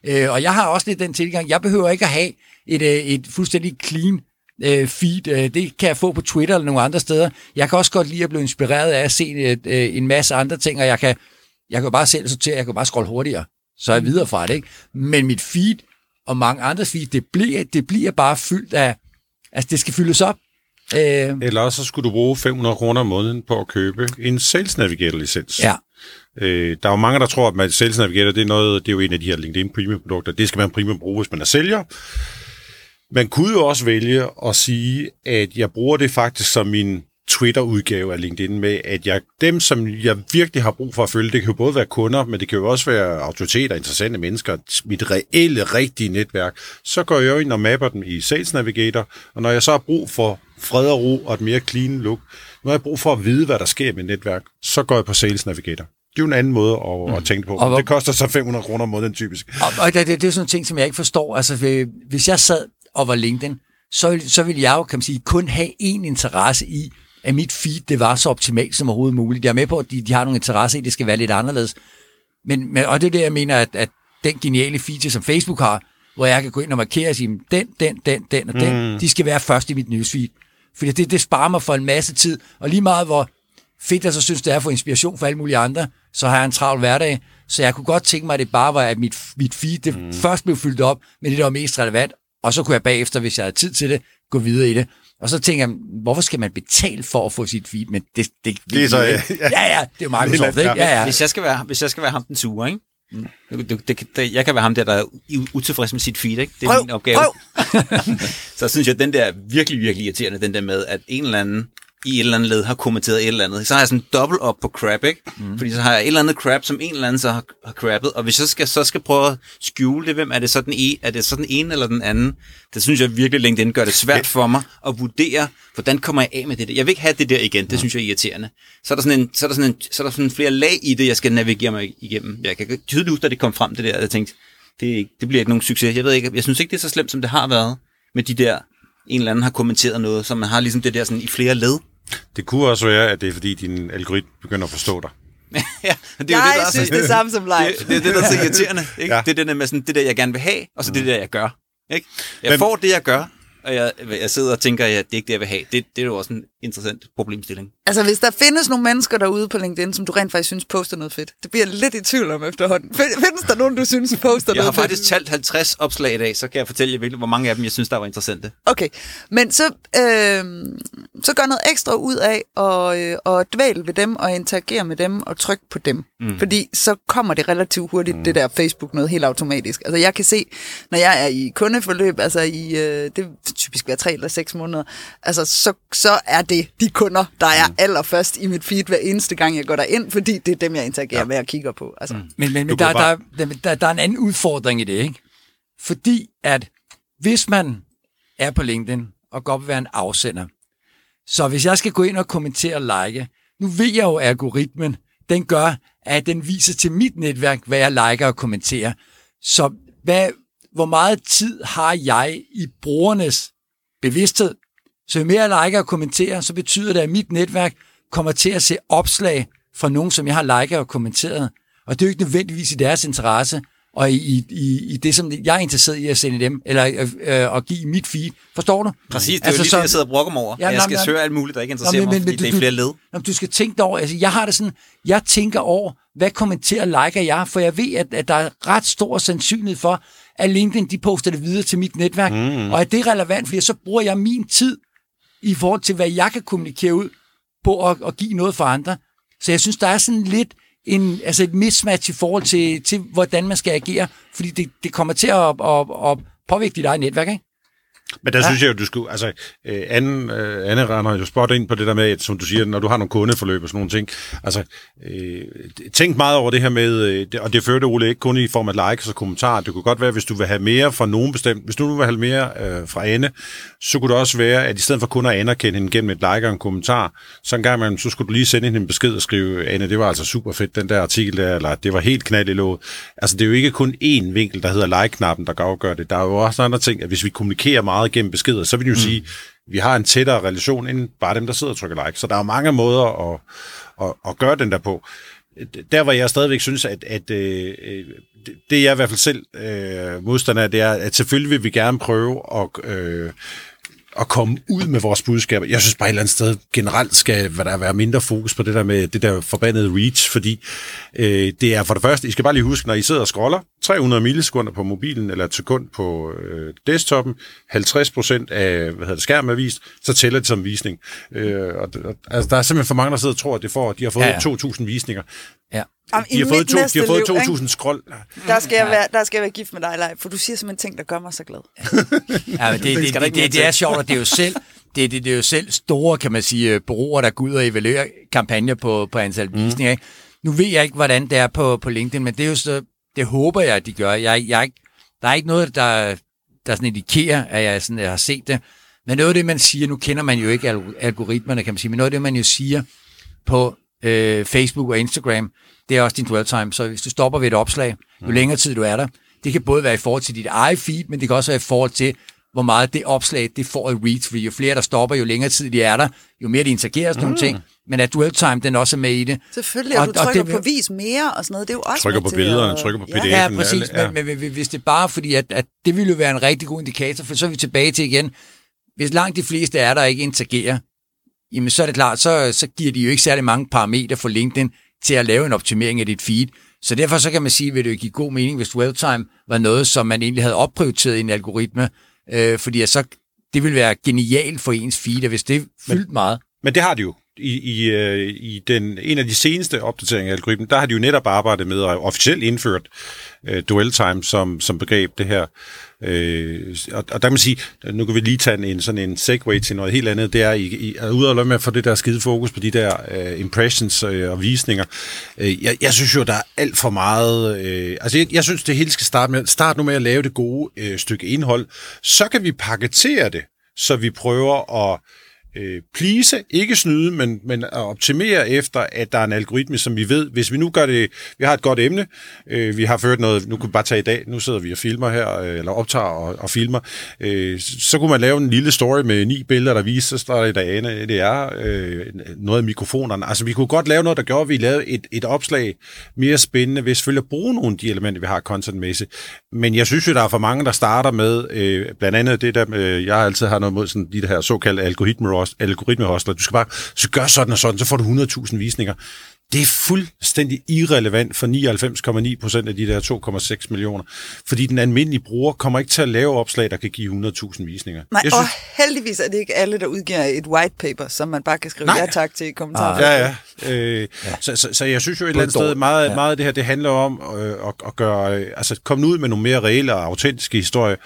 Øh, og jeg har også lidt den tilgang, jeg behøver ikke at have et, øh, et fuldstændig clean øh, feed. Øh, det kan jeg få på Twitter eller nogle andre steder. Jeg kan også godt lide at blive inspireret af at se et, øh, en masse andre ting, og jeg kan, jeg kan bare selv sortere, jeg kan bare scrolle hurtigere, så er jeg videre fra det, ikke? Men mit feed og mange andre feed, det bliver, det bliver bare fyldt af, altså det skal fyldes op. Øh, Eller også så skulle du bruge fem hundrede kroner om måneden på at købe en Sales Navigator-licens. ja. Øh, der er jo mange, der tror, at man Sales Navigator, det er noget, det er jo en af de her LinkedIn Premium-produkter. Det skal man primært bruge, hvis man er sælger. Man kunne jo også vælge at sige, at jeg bruger det faktisk som min Twitter-udgave af LinkedIn med, at jeg, dem, som jeg virkelig har brug for at følge, det kan jo både være kunder, men det kan jo også være autoriteter, interessante mennesker, mit reelle, rigtige netværk. Så går jeg jo ind og mapper dem i Sales Navigator, og når jeg så har brug for fred og ro og et mere clean look, når jeg har brug for at vide, hvad der sker med netværk, så går jeg på Sales Navigator. Det er jo en anden måde at, mm. at tænke på. Og det koster så fem hundrede kroner om måneden typisk. Og, og det, det er jo sådan en ting, som jeg ikke forstår. Altså, hvis jeg sad og var LinkedIn, så, så ville jeg jo, kan man sige, kun have én interesse i, at mit feed, det var så optimalt som overhovedet muligt. Jeg er med på, at de, de har nogle interesse i, at det skal være lidt anderledes. Men, men, og det er det, jeg mener, at, at den geniale feature, som Facebook har, hvor jeg kan gå ind og markere og sige, den, den, den, den og den, mm. de skal være først i mit newsfeed. Fordi det, det sparer mig for en masse tid. Og lige meget, hvor fedt jeg så synes, det er for inspiration for alle mulige andre, så har jeg en travl hverdag. Så jeg kunne godt tænke mig, at det bare var, at mit, mit feed det mm. først blev fyldt op med det, der var mest relevant, og så kunne jeg bagefter, hvis jeg havde tid til det, gå videre i det. Og så tænker jeg, hvorfor skal man betale for at få sit feed? Men det, det, det er så, ja. ja, ja, det er jo Microsoft, ikke? Ja, ja. Hvis jeg skal være, hvis jeg skal være ham den sure, ikke? Mm. Det, det, det, jeg kan være ham der, der er utilfreds med sit feed, ikke? Det er prøv, min opgave. Så synes jeg, at den der er virkelig, virkelig irriterende, den der med, at en eller anden i et eller andet led har kommenteret et eller andet. Så har jeg sådan dobbelt op på crap, ikke? Mm. Fordi så har jeg et eller andet crap, som en eller anden så har, har crappet, og hvis jeg skal, så skal prøve at skjule det, hvem er det så den ene, er det så den ene eller den anden? Det synes jeg virkelig, LinkedIn gør det svært for mig at vurdere, hvordan kommer jeg af med det der. Jeg vil ikke have det der igen, det ja. synes jeg er irriterende. Så er der sådan en, så er der sådan en, så er der sådan flere lag i det, jeg skal navigere mig igennem. Jeg kan tydeligt huske, da det kom frem det der, jeg tænkte, det, det bliver ikke nogen succes. Jeg ved ikke, jeg synes ikke, det er så slemt, som det har været med de der, en eller anden har kommenteret noget, så man har ligesom det der sådan i flere led. Det kunne også være, at det er fordi, din algoritme begynder at forstå dig. ja, det er jeg jo det, der synes, er, det er samme som live. Det, det er det, der er så irriterende. Ikke? Ja. Det er det der med sådan, det der, jeg gerne vil have, og så det der, jeg gør. Ikke? Jeg Men, får det, jeg gør, og jeg, jeg sidder og tænker, at det er ikke det, jeg vil have. Det, det er jo også en interessant problemstilling. Altså, hvis der findes nogle mennesker derude på LinkedIn, som du rent faktisk synes poster noget fedt, det bliver lidt i tvivl om efterhånden. Findes der nogen, du synes poster jeg noget fedt? Jeg har faktisk fedt? talt halvtreds opslag i dag, så kan jeg fortælle jer virkelig, hvor mange af dem, jeg synes, der var interessante. Okay, men så, øh, så gør noget ekstra ud af at, øh, at dvæle ved dem, og interagere med dem, og trykke på dem. Mm. Fordi så kommer det relativt hurtigt, mm. det der Facebook noget helt automatisk. Altså, jeg kan se, når jeg er i kundeforløb, altså i, øh, det typisk hver tre eller seks måneder, altså så, så er det de kunder, der er mm. allerførst i mit feed hver eneste gang, jeg går derind, fordi det er dem, jeg interagerer ja. med og kigger på. Altså. Mm. Men, men, men der, bare... der, der, der er en anden udfordring i det, ikke? Fordi at hvis man er på LinkedIn og godt vil være en afsender, så hvis jeg skal gå ind og kommentere og like, nu ved jeg jo, at algoritmen, den gør, at den viser til mit netværk, hvad jeg liker og kommenterer. Så hvad, hvor meget tid har jeg i brugernes bevidsthed? Så jo mere jeg liker og kommenterer, så betyder det, at mit netværk kommer til at se opslag fra nogen, som jeg har liket og kommenteret. Og det er jo ikke nødvendigvis i deres interesse, og i, i, i det, som jeg er interesseret i at sende dem, eller øh, at give mit feed. Forstår du? Præcis, det er altså, jo lige så, det, jeg sidder og brokker mig over. Ja, jeg skal søge alt muligt, der ikke interesserer jamen, mig, fordi men, det er flere led. Jamen, du skal tænke dig over, altså jeg har det sådan, jeg tænker over, hvad kommenterer og liker jeg, for jeg ved, at, at der er ret stor sandsynlighed for, at LinkedIn, de poster det videre til mit netværk, mm. og at det er relevant, fordi så bruger jeg min tid i forhold til, hvad jeg kan kommunikere ud på at, at give noget for andre. Så jeg synes, der er sådan lidt en, altså et mismatch i forhold til, til hvordan man skal agere, fordi det, det kommer til at, at, at påvirke dit eget netværk, ikke? Men der ja. synes jeg jo, du skulle, altså, øh, Anne, øh, Anne render jo spot ind på det der med, at, som du siger, når du har nogle kundeforløb og sådan nogle ting, altså, øh, tænk meget over det her med, øh, og det fører det, Ole, ikke kun i form af likes og kommentarer, det kunne godt være, hvis du vil have mere fra nogen bestemt, hvis du nu vil have mere øh, fra Anne, så kunne det også være, at i stedet for kun at anerkende hende gennem et like og en kommentar, så en gang imellem, så skulle du lige sende hende en besked og skrive, Anne, det var altså super fedt, den der artikel der, eller det var helt knald i låget. Altså, det er jo ikke kun én vinkel, der hedder like-knappen, der kan afgøre det. Der er jo også andre ting, at hvis vi kommunikerer meget gennem beskeder, så vil det jo mm. sige, at vi har en tættere relation end bare dem, der sidder og trykker like. Så der er mange måder at, at, at gøre den der på. der hvor jeg stadigvæk synes, at, at øh, det jeg i hvert fald selv øh, modstander af, det er, at selvfølgelig vil vi gerne prøve at, øh, at komme ud med vores budskaber. Jeg synes bare et eller andet sted generelt skal der være mindre fokus på det der med det der forbandede reach, fordi øh, det er for det første, I skal bare lige huske, når I sidder og scroller tre hundrede millisekunder på mobilen eller et sekund på øh, desktoppen, halvtreds procent af hvad hedder det, skærmen er vist, så tæller det som visning. Øh, og, og, altså, der er simpelthen for mange, der sidder og tror, at det får, de har fået ja, ja. to tusind visninger. Ja. Jamen, de, har fået to, de har fået liv, to tusind scroll. Der skal, jeg være, der skal jeg være gift med dig, Leif, for du siger simpelthen ting, der gør mig så glad. Ja, men det, det, det, det, det, det er sjovt, og det er jo selv, det, det, det er jo selv store, kan man sige, bureauer, der går ud og evaluerer kampagner på, på antal visninger. Ikke? Nu ved jeg ikke, hvordan det er på, på LinkedIn, men det er jo så, det håber jeg, at de gør. Jeg, jeg, der er ikke noget, der, der sådan indikerer, at jeg, sådan, jeg har set det. Men noget af det, man siger, nu kender man jo ikke algoritmerne, kan man sige, men noget af det, man jo siger på øh, Facebook og Instagram, det er også din dwell time. Så hvis du stopper ved et opslag, jo længere tid du er der, det kan både være i forhold til dit eget feed, men det kan også være i forhold til, hvor meget det opslag, det får et reach. Fordi jo flere der stopper, jo længere tid de er der, jo mere de interagerer og sådan mm. nogle ting. Men at dwell time, den også er med i det. Selvfølgelig, og, og du trykker og det, på vis mere og sådan noget, det er jo også trykker på billederne, at... trykker på P D F'en. Ja, ja præcis, ja. Men, men hvis det er bare fordi, at, at det ville jo være en rigtig god indikator, for så er vi tilbage til igen, hvis langt de fleste er der ikke interagerer, jamen så er det klart, så, så giver de jo ikke særlig mange parametre for LinkedIn til at lave en optimering af dit feed. Så derfor så kan man sige, at det ville give god mening, hvis dwell time var noget, som man egentlig havde opprioriteret i en algoritme, øh, fordi så, det ville være genialt for ens feed, hvis det fyldt meget. Men det har de jo. I, i, i den, en af de seneste opdateringer af algoritmen, der har de jo netop arbejdet med at officielt indført uh, dwell time som, som begreb, det her. Uh, og, og der kan man sige, nu kan vi lige tage en, sådan en segue til noget helt andet, det er, I, I er ude og løbe med at få det der skide fokus på de der uh, impressions uh, og visninger. Uh, jeg, jeg synes jo, der er alt for meget... Uh, altså, jeg, jeg synes, det hele skal starte med, start nu med at lave det gode uh, stykke indhold. Så kan vi paketere det, så vi prøver at Øh, please, ikke snyde, men, men at optimere efter, at der er en algoritme, som vi ved, hvis vi nu gør det, vi har et godt emne, øh, vi har ført noget, nu kan vi bare tage i dag, nu sidder vi og filmer her, øh, eller optager og, og filmer, øh, så kunne man lave en lille story med ni billeder, der viser, så der er det, det er øh, noget af mikrofonerne, altså vi kunne godt lave noget, der gjorde, at vi lavede et, et opslag mere spændende, ved selvfølgelig at bruge nogle af de elementer, vi har contentmæssigt, men jeg synes jo, der er for mange, der starter med, øh, blandt andet det der, øh, jeg har altid har noget mod sådan de her såkaldte algoritmer, algoritmehostler. Du skal bare så gør sådan og sådan, så får du hundrede tusind visninger. Det er fuldstændig irrelevant for nioghalvfems komma ni procent af de der to komma seks millioner. Fordi den almindelige bruger kommer ikke til at lave opslag, der kan give hundrede tusind visninger. Nej, jeg synes... og heldigvis er det ikke alle, der udgiver et white paper, som man bare kan skrive Nej. ja tak til i kommentarer. Ja, ja. Øh, ja. Så, så, så jeg synes jo et eller andet sted, meget, ja. meget af det her, det handler om øh, at, at gøre, øh, altså komme ud med nogle mere reelle og autentiske historier.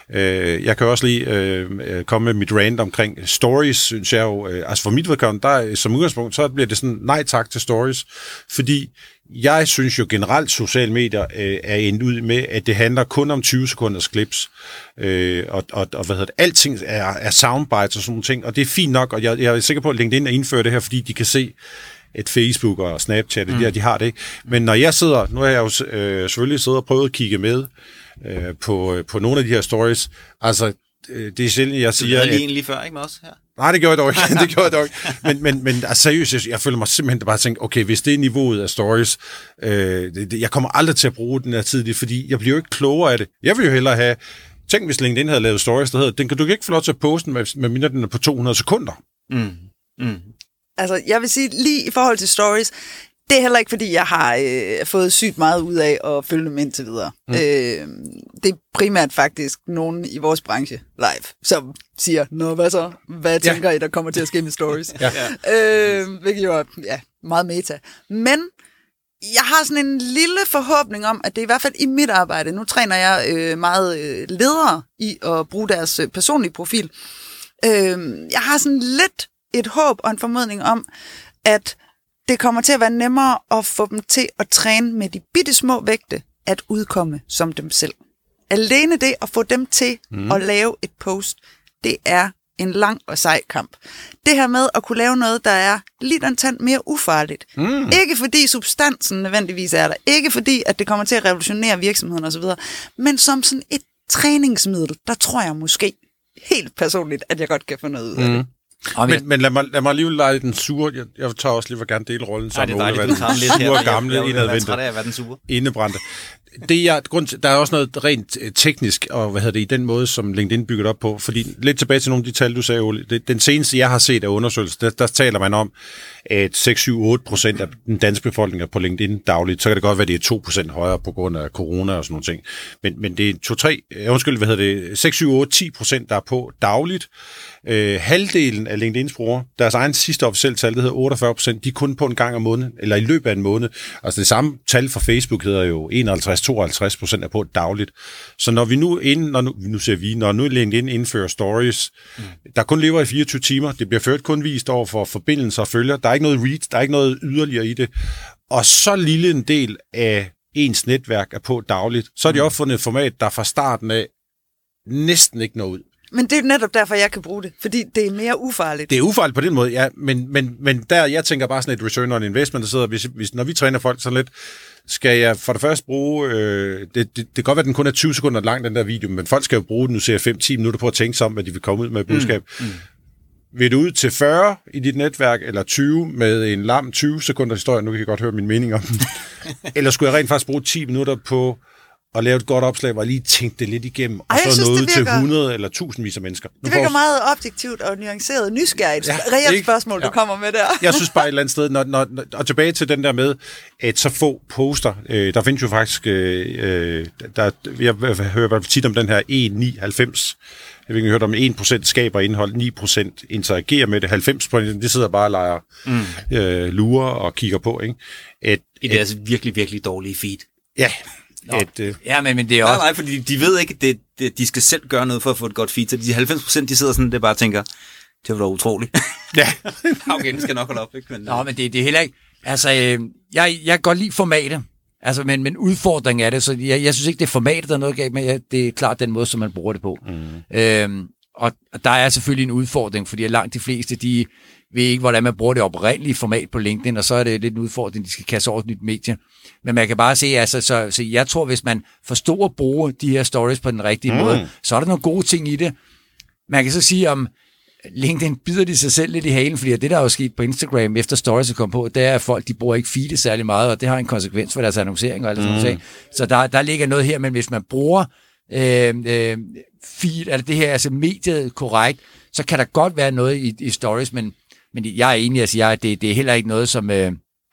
Øh, jeg kan også lige øh, komme med mit rant omkring stories, synes jeg jo. Øh, altså for mit vedkommende, der som udgangspunkt, så bliver det sådan nej tak til stories, fordi jeg synes jo generelt, sociale medier øh, er endt ud med, at det handler kun om tyve sekunders clips, øh, og, og, og hvad hedder det, alting er, er soundbites og sådan nogle ting, og det er fint nok, og jeg, jeg er sikker på, at LinkedIn er indført det her, fordi de kan se, at Facebook og Snapchat, mm. de, her, de har det ikke. Men når jeg sidder, nu har jeg jo øh, selvfølgelig siddet og prøvet at kigge med øh, på, på nogle af de her stories, altså øh, det er sjældent, jeg siger... Du havde lige en lige før, ikke med os her? Nej, det gjorde jeg dog ikke. det gjorde jeg dog ikke. Men, men, men altså, seriøst, jeg føler mig simpelthen bare tænkt, okay, hvis det er niveauet af stories, øh, det, det, jeg kommer aldrig til at bruge den her tid, fordi jeg bliver jo ikke klogere af det. Jeg vil jo hellere have, tænk hvis LinkedIn havde lavet stories, der hedder, den kan du ikke få lov til at poste, med, med mindre den er på to hundrede sekunder. Mm. Mm. Altså, jeg vil sige, lige i forhold til stories, det er heller ikke, fordi jeg har øh, fået sygt meget ud af at følge dem indtil videre. Mm. Øh, det er primært faktisk nogen i vores branche live, som siger, nå, hvad så? Hvad tænker ja. I, der kommer til at ske med stories? ja. øh, hvilket jo er ja, meget meta. Men jeg har sådan en lille forhåbning om, at det i hvert fald i mit arbejde, nu træner jeg øh, meget øh, ledere i at bruge deres øh, personlige profil. Øh, jeg har sådan lidt et håb og en formodning om, at det kommer til at være nemmere at få dem til at træne med de bitte små vægte at udkomme som dem selv. Alene det at få dem til mm. at lave et post, det er en lang og sej kamp. Det her med at kunne lave noget, der er lige den tand mere ufarligt. Mm. Ikke fordi substansen nødvendigvis er der. Ikke fordi, at det kommer til at revolutionere virksomheden osv. Men som sådan et træningsmiddel, der tror jeg måske helt personligt, at jeg godt kan få noget ud af mm. det. Men, men lad, mig, lad mig alligevel lege den sure. Jeg, jeg tager også lige for gerne dele rollen sammen med Ole, den sure, gamle, indadvendte, indebrændte. Det er, grund til, der er også noget rent teknisk, og hvad hedder det, i den måde, som LinkedIn bygget op på. Fordi lidt tilbage til nogle af de tal, du sagde, Ole. Det, den seneste, jeg har set af undersøgelser, der, der taler man om, at seks, syv, otte procent af den danske befolkning er på LinkedIn dagligt. Så kan det godt være, at det er to procent højere på grund af corona og sådan nogle ting. Men, men det er to tre, undskyld, hvad hedder det, seks, syv, otte, ti procent, der er på dagligt. Øh, halvdelen af LinkedIns brugere, deres egen sidste officielle tal, det hedder otteogfyrre procent, de er kun på en gang om måneden, eller i løbet af en måned. Altså det samme tal for Facebook hedder jo enoghalvtreds til tooghalvtreds procent er på dagligt. Så når vi nu inden, når nu, nu ser vi, når nu LinkedIn indfører stories, mm. der kun lever i fireogtyve timer, det bliver ført kun vist over for forbindelser og følger, der er ikke noget reach, der er ikke noget yderligere i det. Og så lille en del af ens netværk er på dagligt, så har de opfundet et format, der fra starten af næsten ikke når ud. Men det er netop derfor, jeg kan bruge det, fordi det er mere ufarligt. Det er ufarligt på den måde, ja, men, men, men der, jeg tænker bare sådan et return on investment, der sidder, hvis, hvis, når vi træner folk sådan lidt, skal jeg for det første bruge, øh, det, det, det kan godt være, at den kun er tyve sekunder lang, den der video, men folk skal jo bruge den, nu ser jeg fem til ti minutter på at tænke sig om, hvad de vil komme ud med et budskab. Mm, mm. Vil du ud til fyrre i dit netværk, eller tyve med en lam tyve sekunder historie, nu kan jeg godt høre min mening om den, eller skulle jeg rent faktisk bruge ti minutter på og lave et godt opslag, hvor jeg lige tænkte det lidt igennem, og Ej, så nåede ud til hundrede eller tusindvis af mennesker. Nu det virker meget objektivt og nuanceret nysgerrigt. Ja, reelt spørgsmål, ja. Du kommer med der. Jeg synes bare et eller andet sted, når, når, og tilbage til den der med, at så få poster, øh, der findes jo faktisk, øh, der, jeg hører tit om den her en ni halvfems, jeg har ikke hørt om en procent skaber indhold, ni procent interagerer med det, halvfems procent det sidder bare og leger mm. øh, lurer og kigger på. Ikke? Et, I deres et, virkelig, virkelig dårlige feed. Ja, Et, øh... Ja, men, men det er også... Nej, nej, fordi de ved ikke, det, det, de skal selv gøre noget for at få et godt feed. Så de halvfems procent, de sidder sådan, det bare tænker, det var da utroligt. Ja. Okay, den skal nok holde op, ikke? Men, Nå, men det, det er heller ikke... Altså, øh, jeg, jeg kan godt lide formatet, altså, men, men udfordringen er det, så jeg, jeg synes ikke, det er formatet, der er noget galt med, ja, det er klart den måde, som man bruger det på. Mm. Øhm, og, og der er selvfølgelig en udfordring, fordi langt de fleste, de ved ikke, hvordan man bruger det oprindelige format på LinkedIn, og så er det lidt en udfordring, de skal kaste over et nyt medie. Men man kan bare se, altså, så, så jeg tror, hvis man forstår at bruge de her stories på den rigtige mm. måde, så er der nogle gode ting i det. Man kan så sige, om LinkedIn bider de sig selv lidt i halen, fordi det, der er jo sket på Instagram, efter stories er kommet på, det er, at folk, de bruger ikke feedet særlig meget, og det har en konsekvens for deres annoncering og alt sådan noget. Så der, der ligger noget her, men hvis man bruger øh, øh, feed, altså det her, altså mediet korrekt, så kan der godt være noget i, i stories, men, men jeg er enig, altså, jeg, det, det er heller ikke noget, som... Øh,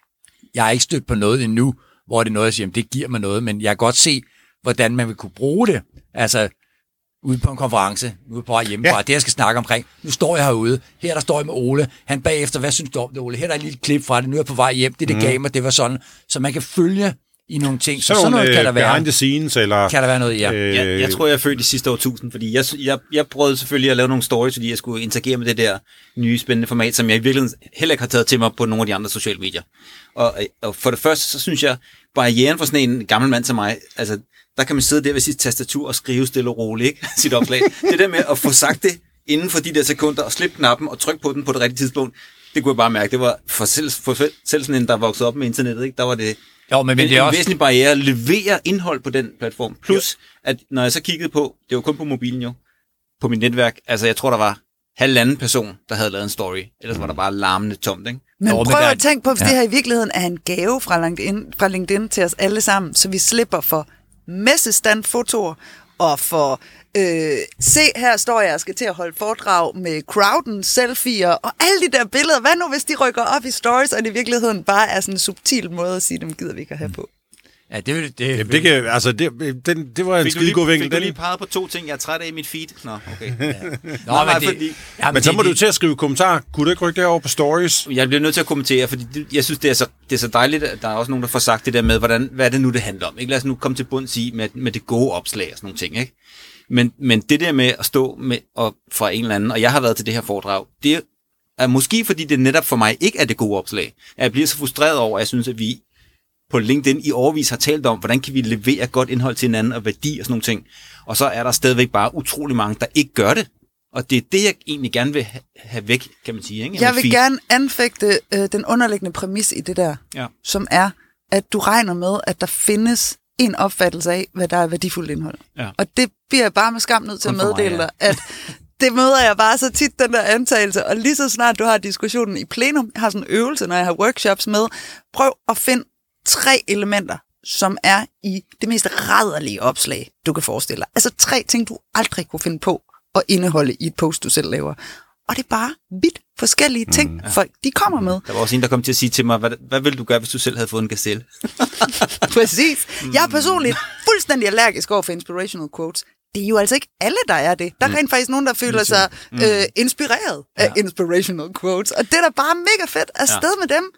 jeg har ikke stødt på noget endnu, hvor det er noget, jeg siger, jamen, det giver mig noget, men jeg kan godt se, hvordan man vil kunne bruge det. Altså, ude på en konference, ude på vej hjemmefra, ja. Det jeg skal snakke omkring. Nu står jeg herude, her der står jeg med Ole, han bagefter, hvad synes du om det, Ole? Her der er et lille klip fra det, nu er jeg på vej hjem, det det mm. gav mig, det var sådan, så man kan følge i nogle ting. Så, så sådan noget øh, kan der være. Behind the scenes, eller... Kan der være noget, ja. Øh, jeg, jeg tror, jeg er født i sidste årtusind, fordi jeg, jeg, jeg prøvede selvfølgelig at lave nogle stories, fordi jeg skulle interagere med det der nye, spændende format, som jeg i virkeligheden heller ikke har taget til mig på nogle af de andre sociale medier. Og, og for det første, så synes jeg, barrieren for sådan en gammel mand som mig, altså, der kan man sidde der ved sit tastatur og skrive stille og roligt, ikke? Sit opslag. Det der med at få sagt det inden for de der sekunder, og slippe knappen og trykke på den på det rigtige tidspunkt, det kunne jeg bare mærke. Det var for selv, for selv sådan en, der voksede op med internettet, ikke? Der var det... Jo, men, men det er en også... væsentlig barriere at levere indhold på den platform. Plus, at når jeg så kiggede på, det var kun på mobilen jo, på mit netværk, altså jeg tror, der var halvanden person, der havde lavet en story. Ellers var der bare larmende tomt, ikke? Men Nå, prøv at tænke på, hvis ja. det her i virkeligheden er en gave fra LinkedIn, fra LinkedIn til os alle sammen, så vi slipper for messestandfotoer og for øh, se, her står jeg og skal til at holde foredrag med crowden, selfier og alle de der billeder. Hvad nu, hvis de rykker op i stories, og det i virkeligheden bare er sådan en subtil måde at sige, dem gider vi ikke at have på? Ja, det vil det. Jamen, det kan altså det den, det var en skide god vinkel. Fik du lige peget på to ting, jeg er træt af i mit feed? Nå, okay. Ja. Nå, Nå, men, det, fordi, ja, men, men så må det, du til at skrive kommentarer. Kunne du ikke rykke derover på stories? Jeg bliver nødt til at kommentere, fordi det, jeg synes det er så det er så dejligt, at der er også nogen der får sagt det der med, hvordan hvad er det nu det handler om. Ikke, lad os nu komme til bunds i med med det gode opslag og sådan nogle ting, ikke? Men men det der med at stå med og fra en eller anden, og jeg har været til det her foredrag, det er måske fordi det netop for mig ikke er det gode opslag. Jeg bliver så frustreret over, at jeg synes at vi på LinkedIn i årevis har talt om, hvordan kan vi levere godt indhold til hinanden og værdi og sådan nogle ting. Og så er der stadigvæk bare utrolig mange, der ikke gør det. Og det er det, jeg egentlig gerne vil have væk, kan man sige. Ikke? Jeg vil gerne anfægte øh, den underliggende præmis i det der, ja. som er, at du regner med, at der findes en opfattelse af, hvad der er værdifuldt indhold. Ja. Og det bliver jeg bare med skam nødt til at meddele dig, ja. at det møder jeg bare så tit, den der antagelse, og lige så snart du har diskussionen i plenum, jeg har sådan en øvelse, når jeg har workshops med, prøv at finde tre elementer, som er i det mest rædderlige opslag, du kan forestille dig. Altså tre ting, du aldrig kunne finde på at indeholde i et post, du selv laver. Og det er bare vidt forskellige ting, mm, ja. folk de kommer med. Der var også en, der kom til at sige til mig, hvad, hvad ville du gøre, hvis du selv havde fået en gazelle? Præcis. Jeg er personligt fuldstændig allergisk over for inspirational quotes. Det er jo altså ikke alle, der er det. Der er rent faktisk nogen, der føler sig øh, inspireret ja. af inspirational quotes. Og det er da bare mega fedt at sted ja. med dem.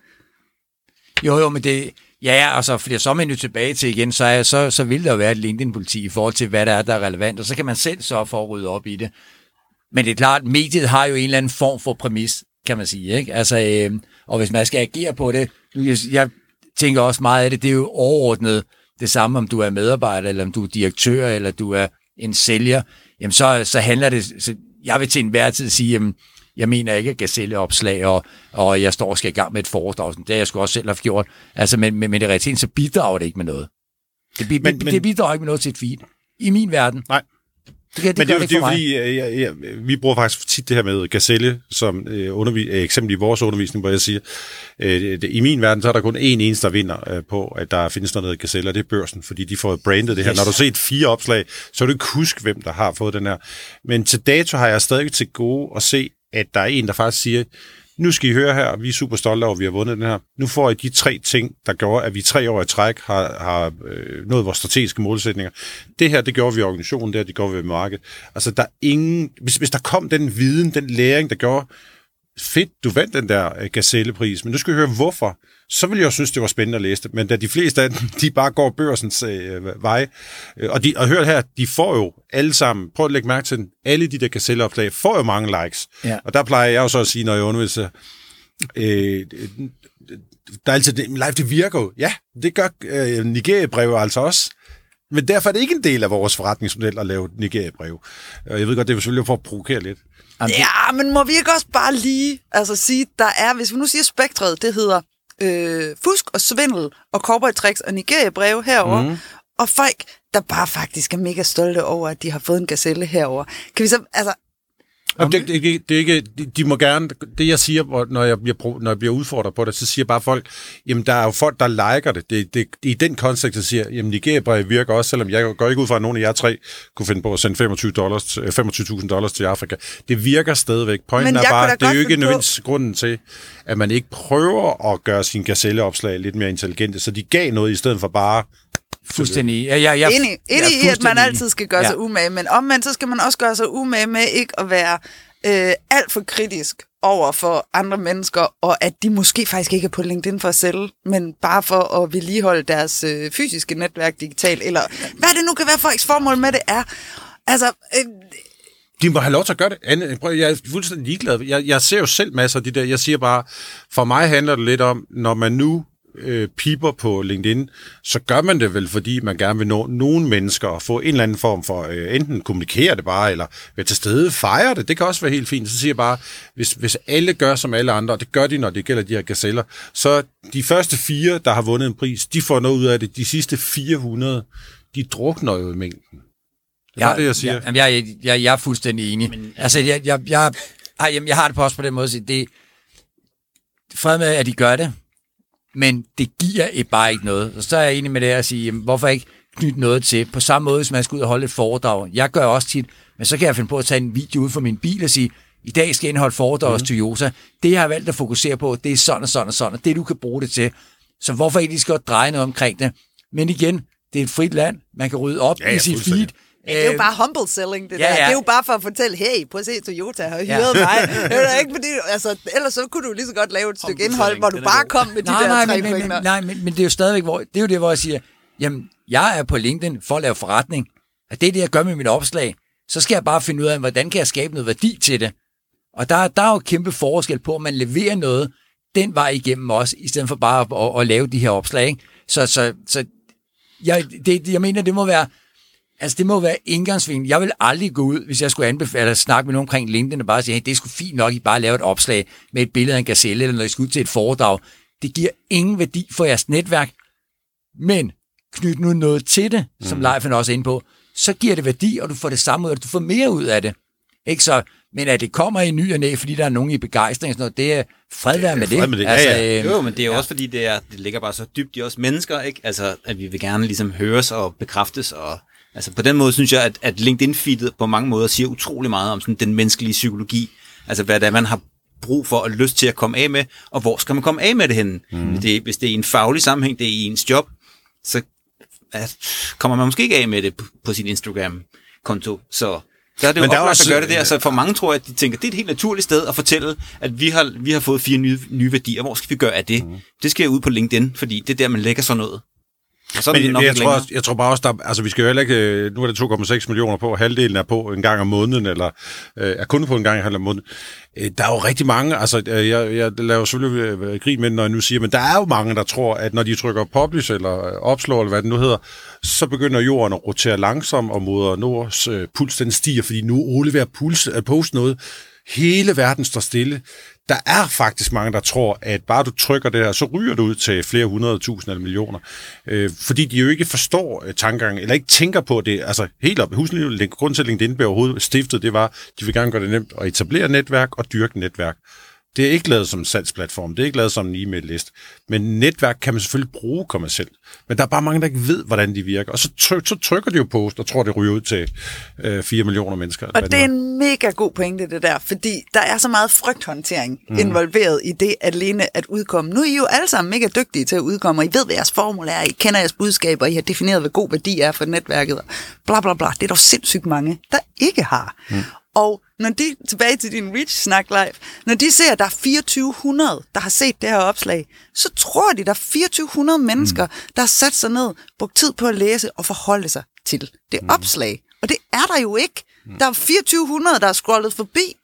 Jo, jo, men det... Ja, altså, fordi så er man jo tilbage til igen, så, er, så, så vil der jo være et LinkedIn-politi i forhold til, hvad der er, der er relevant, og så kan man selv så for at rydde op i det. Men det er klart, mediet har jo en eller anden form for præmis, kan man sige, ikke? Altså, øh, og hvis man skal agere på det, jeg, jeg tænker også meget af det, det er jo overordnet det samme, om du er medarbejder, eller om du er direktør, eller du er en sælger, jamen så, så handler det, så jeg vil til enhver tid sige, jamen, jeg mener ikke, at gazelleopslag, og, og jeg står og skal i gang med et foredrag. Det har jeg sgu også selv have gjort. Altså, men, men, men i realiteten, så bidrager det ikke med noget. Det, bi, men, det bidrager ikke med noget til et feed. I min verden. Nej. Det, det men det, det, det er jo fordi, ja, ja, vi bruger faktisk tit det her med gazelle, som øh, undervis, øh, eksempel i vores undervisning, hvor jeg siger, øh, det, i min verden, så er der kun én eneste, der vinder øh, på, at der findes noget, der hedder gazelle, og det er Børsen, fordi de får brandet det her. Yes. Når du ser et fire opslag, så er du ikke huske, hvem der har fået den her. Men til dato har jeg stadig til gode at se, at der er en, der faktisk siger, nu skal I høre her, vi er super stolte over, at vi har vundet den her. Nu får I de tre ting, der gjorde, at vi tre år i træk har, har øh, nået vores strategiske målsætninger. Det her, det gjorde vi i organisationen, det her, det gjorde vi i markedet. Altså, der er ingen... Hvis, hvis der kom den viden, den læring, der gjorde, fedt, du vandt den der uh, gazellepris, men nu skal vi høre, hvorfor. Så ville jeg jo synes, det var spændende at læse det. Men da de fleste af dem, de bare går Børsens øh, vej, øh, og, de, og hør her, de får jo alle sammen, prøv at lægge mærke til den, alle de der gazelleopslag får jo mange likes. Ja. Og der plejer jeg jo så at sige, når jeg underviser, øh, der er altid, live, det virker jo. Ja, det gør øh, Nigeria-brev altså også. Men derfor er det ikke en del af vores forretningsmodel at lave Nigeria-brev. Jeg ved godt, det er selvfølgelig for at provokere lidt. Ja, men må vi ikke også bare lige altså sige, der er, hvis vi nu siger spektret, det hedder øh, fusk og svindel og corporate tricks og Nigeria-breve herover, mm. og folk, der bare faktisk er mega stolte over, at de har fået en gazelle herover. Kan vi så, altså... Jamen, det, det, det er ikke, de, de må gerne, det jeg siger, når jeg, bliver, når jeg bliver udfordret på det, så siger bare folk, jamen der er jo folk, der liker det. Det, det, det i den kontekst, der siger, jamen Nigeria-brev virker også, selvom jeg går ikke ud fra, at nogen af jer tre kunne finde på at sende femogtyve tusind dollars til Afrika. Det virker stadigvæk. Pointen er bare, det er jo ikke nødvendigvis grunden til, at man ikke prøver at gøre sin gazelleopslag lidt mere intelligente, så de gav noget i stedet for bare... Fuldstændig. Ja, ja, ja, enig enig i, at man altid skal gøre ja. sig umage, men omvendt, så skal man også gøre sig umage med ikke at være øh, alt for kritisk over for andre mennesker, og at de måske faktisk ikke er på LinkedIn for at sælge, men bare for at vedligeholde deres øh, fysiske netværk digitalt, eller hvad det nu kan være folks formål med det er. Altså... Øh, de må have lov til at gøre det. Jeg er fuldstændig ligeglad. Jeg, jeg ser jo selv masser af de der. Jeg siger bare, for mig handler det lidt om, når man nu øh, piper på LinkedIn, så gør man det vel, fordi man gerne vil nå nogle mennesker og få en eller anden form for, øh, enten kommunikere det bare, eller være til stede, fejre det. Det kan også være helt fint. Så siger jeg bare, hvis, hvis alle gør som alle andre, og det gør de, når det gælder de her gazeller, så de første fire, der har vundet en pris, de får noget ud af det. De sidste fire hundrede, de drukner jo i mængden. Det er jeg, det, jeg siger. Jeg, jeg, jeg, jeg er fuldstændig enig. Men, altså, jeg, jeg, jeg, jeg, jeg har det på også på den måde at sige, det fred med, at de gør det, men det giver et bare ikke noget. Så er jeg enig med det at sige, jamen, hvorfor ikke knytte noget til? På samme måde, som man skal ud og holde et foredrag. Jeg gør også tit, men så kan jeg finde på at tage en video ud fra min bil og sige, i dag skal jeg indeholde foredrag hos mm. Toyota. Det, jeg har valgt at fokusere på, det er sådan og sådan og sådan, og det, du kan bruge det til. Så hvorfor ikke lige skal dreje noget omkring det? Men igen, det er et frit land. Man kan rydde op ja, ja, i sit feed. Det er jo bare humble selling, det ja, der. Ja. Det er jo bare for at fortælle, hey, prøv at se, Toyota har hyret ja. mig. Det er ikke fordi, altså, ellers så kunne du lige så godt lave et stykke indhold, hvor du bare kom med de nej, der nej, tre men, pointer. Nej, men, men det er jo stadigvæk, hvor, det er jo det, hvor jeg siger, jamen, jeg er på LinkedIn for at lave forretning, og det er det, jeg gør med mit opslag. Så skal jeg bare finde ud af, hvordan kan jeg skabe noget værdi til det. Og der, der er jo kæmpe forskel på, at man leverer noget den vej igennem også, i stedet for bare at, at, at lave de her opslag. Ikke? Så, så, så jeg, det, jeg mener, det må være Altså, det må være indgangsvinklen. Jeg vil aldrig gå ud, hvis jeg skulle anbefale at snakke med nogen omkring LinkedIn og bare sige, hey, det er sgu fint nok, I bare lave et opslag med et billede af en gazelle, eller når I skal ud til et foredrag. Det giver ingen værdi for jeres netværk, men knyt nu noget til det, som mm. Leif også er inde på, så giver det værdi, og du får det samme ud af det. Du får mere ud af det. Ikke så, men at det kommer i ny og næ, fordi der er nogen i begejstring og sådan noget, det er fred være med det. Fred med det. Altså, Ja, ja. Jo, men det er jo ja. også fordi, det, er, det ligger bare så dybt i os mennesker, ikke? Altså, at vi vil gerne ligesom høres og bekræftes. Og, altså, på den måde synes jeg, at, at LinkedIn-feedet på mange måder siger utrolig meget om sådan, den menneskelige psykologi. Altså, hvad det er, man har brug for og lyst til at komme af med, og hvor skal man komme af med det henne? Mm. Det, hvis det er i en faglig sammenhæng, det er i ens job, så at, kommer man måske ikke af med det på, på sin Instagram-konto. Så der er det jo oplagt også, at gøre det der. Så for mange tror jeg, at de tænker, det er et helt naturligt sted at fortælle, at vi har, vi har fået fire nye, nye værdier. Hvor skal vi gøre af det? Mm. Det skal ud på LinkedIn, fordi det er der, man lægger sådan noget. Men jeg, jeg, tror også, jeg tror bare også, der, altså vi skal jo heller ikke, nu er det to komma seks millioner på, halvdelen er på en gang om måneden, eller øh, er kun på en gang om måneden. Øh, der er jo rigtig mange, altså jeg, jeg laver selvfølgelig grin med, når jeg nu siger, men der er jo mange, der tror, at når de trykker publish, eller opslår, eller hvad det nu hedder, så begynder jorden at rotere langsomt, og moder Nords øh, puls, den stiger, fordi nu Ole ved at puls, at poste noget, hele verden står stille. Der er faktisk mange, der tror, at bare du trykker det her, så ryger du ud til flere hundrede tusind eller millioner. Øh, fordi de jo ikke forstår øh, tankegangen, eller ikke tænker på det. Altså helt op. Husk lige, grunden til, at LinkedIn blev overhovedet stiftet, det var, at de vil gerne gøre det nemt at etablere netværk og dyrke netværk. Det er ikke lavet som en salgsplatform, det er ikke lavet som en e-mail-liste. Men netværk kan man selvfølgelig bruge kommercielt. Men der er bare mange, der ikke ved, hvordan de virker. Og så, tryk, så trykker de jo post og tror, det ryger ud til øh, fire millioner mennesker. Og det er en mega god pointe, det der. Fordi der er så meget frygthåndtering mm. involveret i det alene at udkomme. Nu er I jo alle sammen mega dygtige til at udkomme, og I ved, hvad jeres formel er, I kender jeres budskaber, I har defineret, hvad god værdi er for netværket. Bla bla bla. Det er dog sindssygt mange, der ikke har. Mm. Og når de, tilbage til din Reach-snak live, når de ser, at der er fireogtyve hundrede, der har set det her opslag, så tror de, der er fireogtyve hundrede mennesker, mm. der har sat sig ned, brugt tid på at læse og forholde sig til det mm. opslag. Og det er der jo ikke. Mm. Der er fireogtyve hundrede, der er scrollet forbi,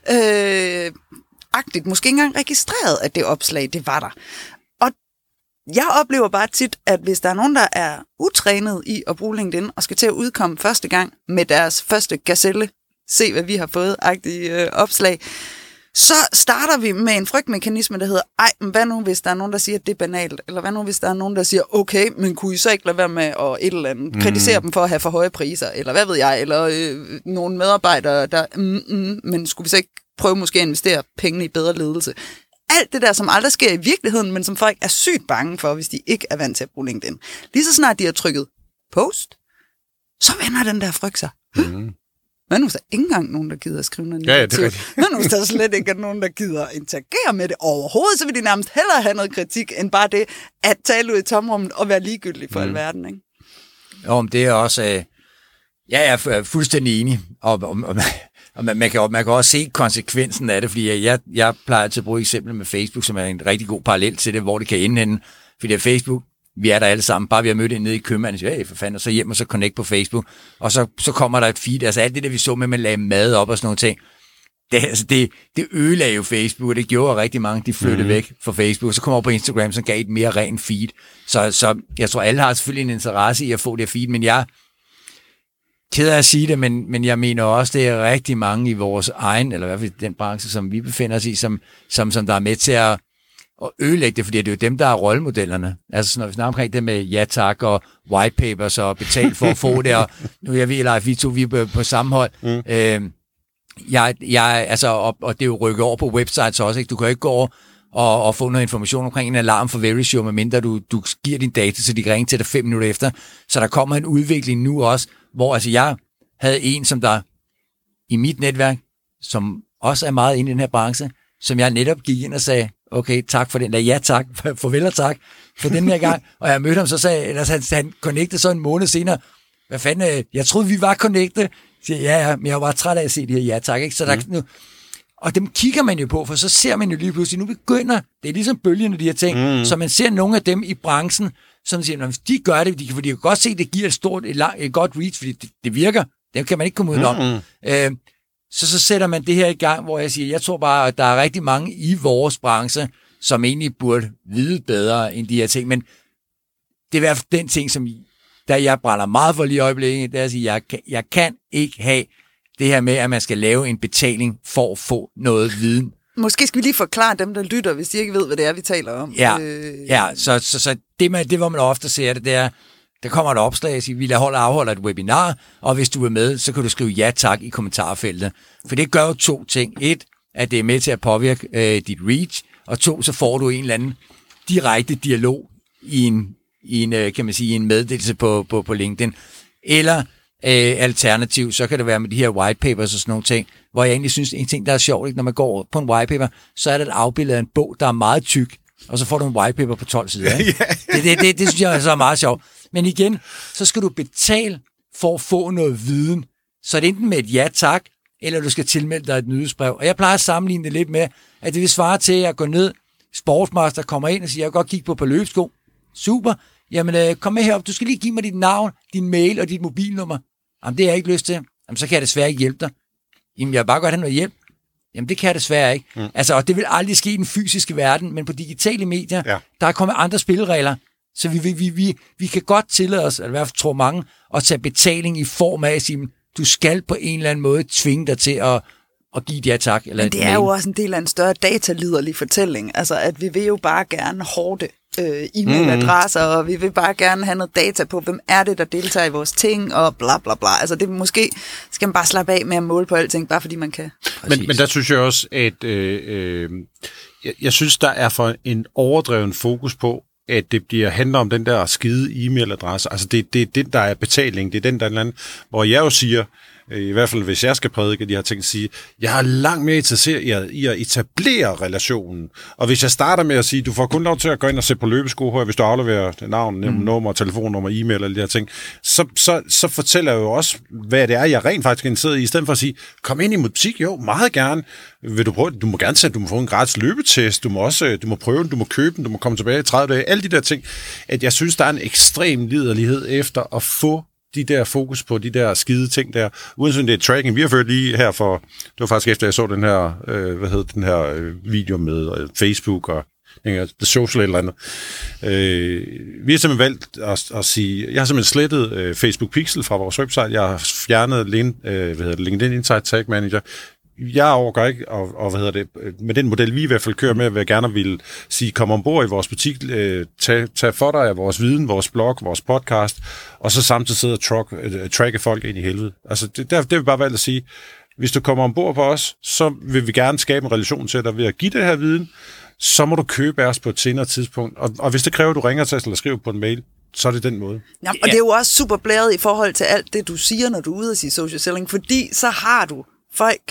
øh, agtigt, måske ikke engang registreret, at det opslag, det var der. Og jeg oplever bare tit, at hvis der er nogen, der er utrænet i at bruge LinkedIn, og skal til at udkomme første gang med deres første gazelle, se hvad vi har fået, agtige øh, opslag, så starter vi med en frygtmekanisme, der hedder, ej, men hvad nu, hvis der er nogen, der siger, at det er banalt? Eller hvad nu, hvis der er nogen, der siger, okay, men kunne I så ikke lade være med at et eller andet, mm. kritisere dem for at have for høje priser, eller hvad ved jeg, eller øh, nogle medarbejdere, der, mm, mm, men skulle vi så ikke prøve måske at investere pengene i bedre ledelse? Alt det der, som aldrig sker i virkeligheden, men som folk er sygt bange for, hvis de ikke er vant til at bruge LinkedIn. Lige så snart de har trykket post, så vender den der frygt sig. Mm. Men nu er der ikke engang nogen, der gider at skrive noget negativt. Ja, ja, men nu er der slet ikke nogen, der gider at interagere med det overhovedet, så vil de nærmest hellere have noget kritik, end bare det at tale ud i tomrummet og være ligegyldig for mm. alverden, ikke? Jo, men det er også... Øh, ja, jeg er fuldstændig enig, og, og, og, og man, man, kan, man kan også se konsekvensen af det, fordi jeg, jeg plejer til at bruge eksempler med Facebook, som er en rigtig god parallel til det, hvor det kan ende henne. Fordi Facebook, vi er der alle sammen, bare vi har mødt en nede i købmanden, og siger, hey, for fanden, og så hjem og så connect på Facebook, og så, så kommer der et feed, altså alt det der, vi så med, at man lagde mad op og sådan nogle ting, det, altså det, det ødelagde jo Facebook, og det gjorde rigtig mange, de flyttede mm. væk fra Facebook, så kommer over på Instagram, som gav et mere ren feed, så, så jeg tror, alle har selvfølgelig en interesse i at få det feed, men jeg ked af at sige det, men, men jeg mener også, det er rigtig mange i vores egen, eller i hvert fald den branche, som vi befinder os i, som, som, som der er med til at og ødelægge det, fordi det er jo dem, der er rollemodellerne. Altså, når vi snakker omkring det med ja tak og white papers og betalt for at få det, og nu jeg ved, at vi to vi er på samme hold. Mm. Øh, jeg, jeg, altså, og, og det er jo rykket over på websites også, ikke? Du kan ikke gå over og, og få noget information omkring en alarm for Verisure, medmindre du, du giver din data, så de kan ringe til dig fem minutter efter. Så der kommer en udvikling nu også, hvor altså jeg havde en, som der i mit netværk, som også er meget inde i den her branche, som jeg netop gik ind og sagde, okay, tak for den, eller ja tak, farvel og tak for den her gang, og jeg mødte ham, så sagde, eller han, han connectede så en måned senere, hvad fanden, jeg troede, vi var connected, siger ja, ja, men jeg var bare træt af at se de her ja tak, ikke, så der, mm. nu, og dem kigger man jo på, for så ser man jo lige pludselig, nu begynder, det er ligesom bølgerne, de her ting, mm. så man ser nogle af dem i branchen, som siger, hvis de gør det, de kan, for de kan godt se, at det giver et stort, et, lang, et godt reach, fordi det, det virker, det kan man ikke komme ud om. Mm. Øh, Så, så sætter man det her i gang, hvor jeg siger, jeg tror bare, at der er rigtig mange i vores branche, som egentlig burde vide bedre end de her ting. Men det er i hvert fald den ting, som der jeg brænder meget for lige i øjeblikket, det er at sige, jeg kan, jeg kan ikke have det her med, at man skal lave en betaling for at få noget viden. Måske skal vi lige forklare dem, der lytter, hvis de ikke ved, hvad det er, vi taler om. Ja, øh... ja så, så, så det, man, det, hvor man ofte ser det, det er, der kommer et opslag og siger, vi holder afholder et webinar, og hvis du er med, så kan du skrive ja tak i kommentarfeltet. For det gør jo to ting. Et, at det er med til at påvirke øh, dit reach, og to, så får du en eller anden direkte dialog i en, i en øh, kan man sige, en meddelelse på, på, på LinkedIn. Eller øh, alternativ, så kan det være med de her white papers og sådan nogle ting, hvor jeg egentlig synes, en ting, der er sjovt, ikke? Når man går på en white paper, så er der et afbillede af en bog, der er meget tyk, og så får du en white paper på tolv sider. Ikke? det, det, det, det synes jeg er så meget sjovt. Men igen, så skal du betale for at få noget viden. Så er det enten med et ja tak, eller du skal tilmelde dig et nyhedsbrev. Og jeg plejer at sammenligne det lidt med, at det vil svare til, at jeg går ned, Sportsmaster kommer ind og siger, jeg kan godt kigge på på løbsko. Super. Jamen, øh, kom med herop. Du skal lige give mig dit navn, din mail og dit mobilnummer. Jamen, det har jeg ikke lyst til. Jamen, så kan jeg desværre ikke hjælpe dig. Jamen, jeg vil bare godt have noget hjælp. Jamen, det kan jeg desværre ikke. Mm. Altså, og det vil aldrig ske i den fysiske verden, men på digitale medier, ja. Der er kommet andre spilleregler. Så vi, vi, vi, vi kan godt tillade os, eller i hvert fald tror mange, at tage betaling i form af at sige, du skal på en eller anden måde tvinge dig til at, at give det ja tak. Eller men det er jo også en del af en større dataliderlig fortælling. Altså, at vi vil jo bare gerne hårde øh, e-mailadresser, mm. og vi vil bare gerne have noget data på, hvem er det, der deltager i vores ting, og bla bla bla. Altså, det måske skal man bare slappe af med at måle på alting, bare fordi man kan. Men, men der synes jeg også, at øh, øh, jeg, jeg synes, der er for en overdreven fokus på, at det bliver handler om den der skide e-mailadresse. Altså, det, det er den, der er betaling. Det er den, der er den anden, hvor jeg jo siger, i hvert fald hvis jeg skal prædike de her ting, at sige, jeg er langt mere interesseret i at etablere relationen. Og hvis jeg starter med at sige, du får kun lov til at gå ind og se på løbesko her, hvis du afleverer navn, mm. nummer, telefonnummer, e-mail eller de her ting, så, så, så fortæller jeg jo også, hvad det er, jeg rent faktisk er interesseret i, i stedet for at sige, kom ind i musik, jo, meget gerne. Vil du prøve, du må gerne sætte, du må få en gratis løbetest, du må også, du må prøve den, du må købe den, du må komme tilbage i tredive dage, alle de der ting, at jeg synes, der er en ekstrem liderlighed efter at få de der fokus på de der skide ting der, uden det er tracking. Vi har ført lige her for, det var faktisk efter jeg så den her, øh, hvad hedder den her øh, video med øh, Facebook og The Social eller andet. Øh, vi har simpelthen valgt at, at sige, jeg har simpelthen slettet øh, Facebook Pixel fra vores website, jeg har fjernet link, øh, hvad hedder det, LinkedIn Insight Tag Manager. Jeg overgår ikke, og, og hvad hedder det, med den model, vi i hvert fald kører med, vil jeg gerne vil sige, kom ombord i vores butik, øh, tag, tag for dig af vores viden, vores blog, vores podcast, og så samtidig sidde og truck, øh, tracke folk ind i helvede. Altså, det, der, det vil bare valgt at sige, hvis du kommer ombord på os, så vil vi gerne skabe en relation til dig ved at give det her viden, så må du købe af os på et senere tidspunkt. Og, og hvis det kræver, at du ringer til os eller skriver på en mail, så er det den måde. Jamen, og det er jo også super blæret i forhold til alt det, du siger, når du er ude at sige social selling, fordi så har du folk,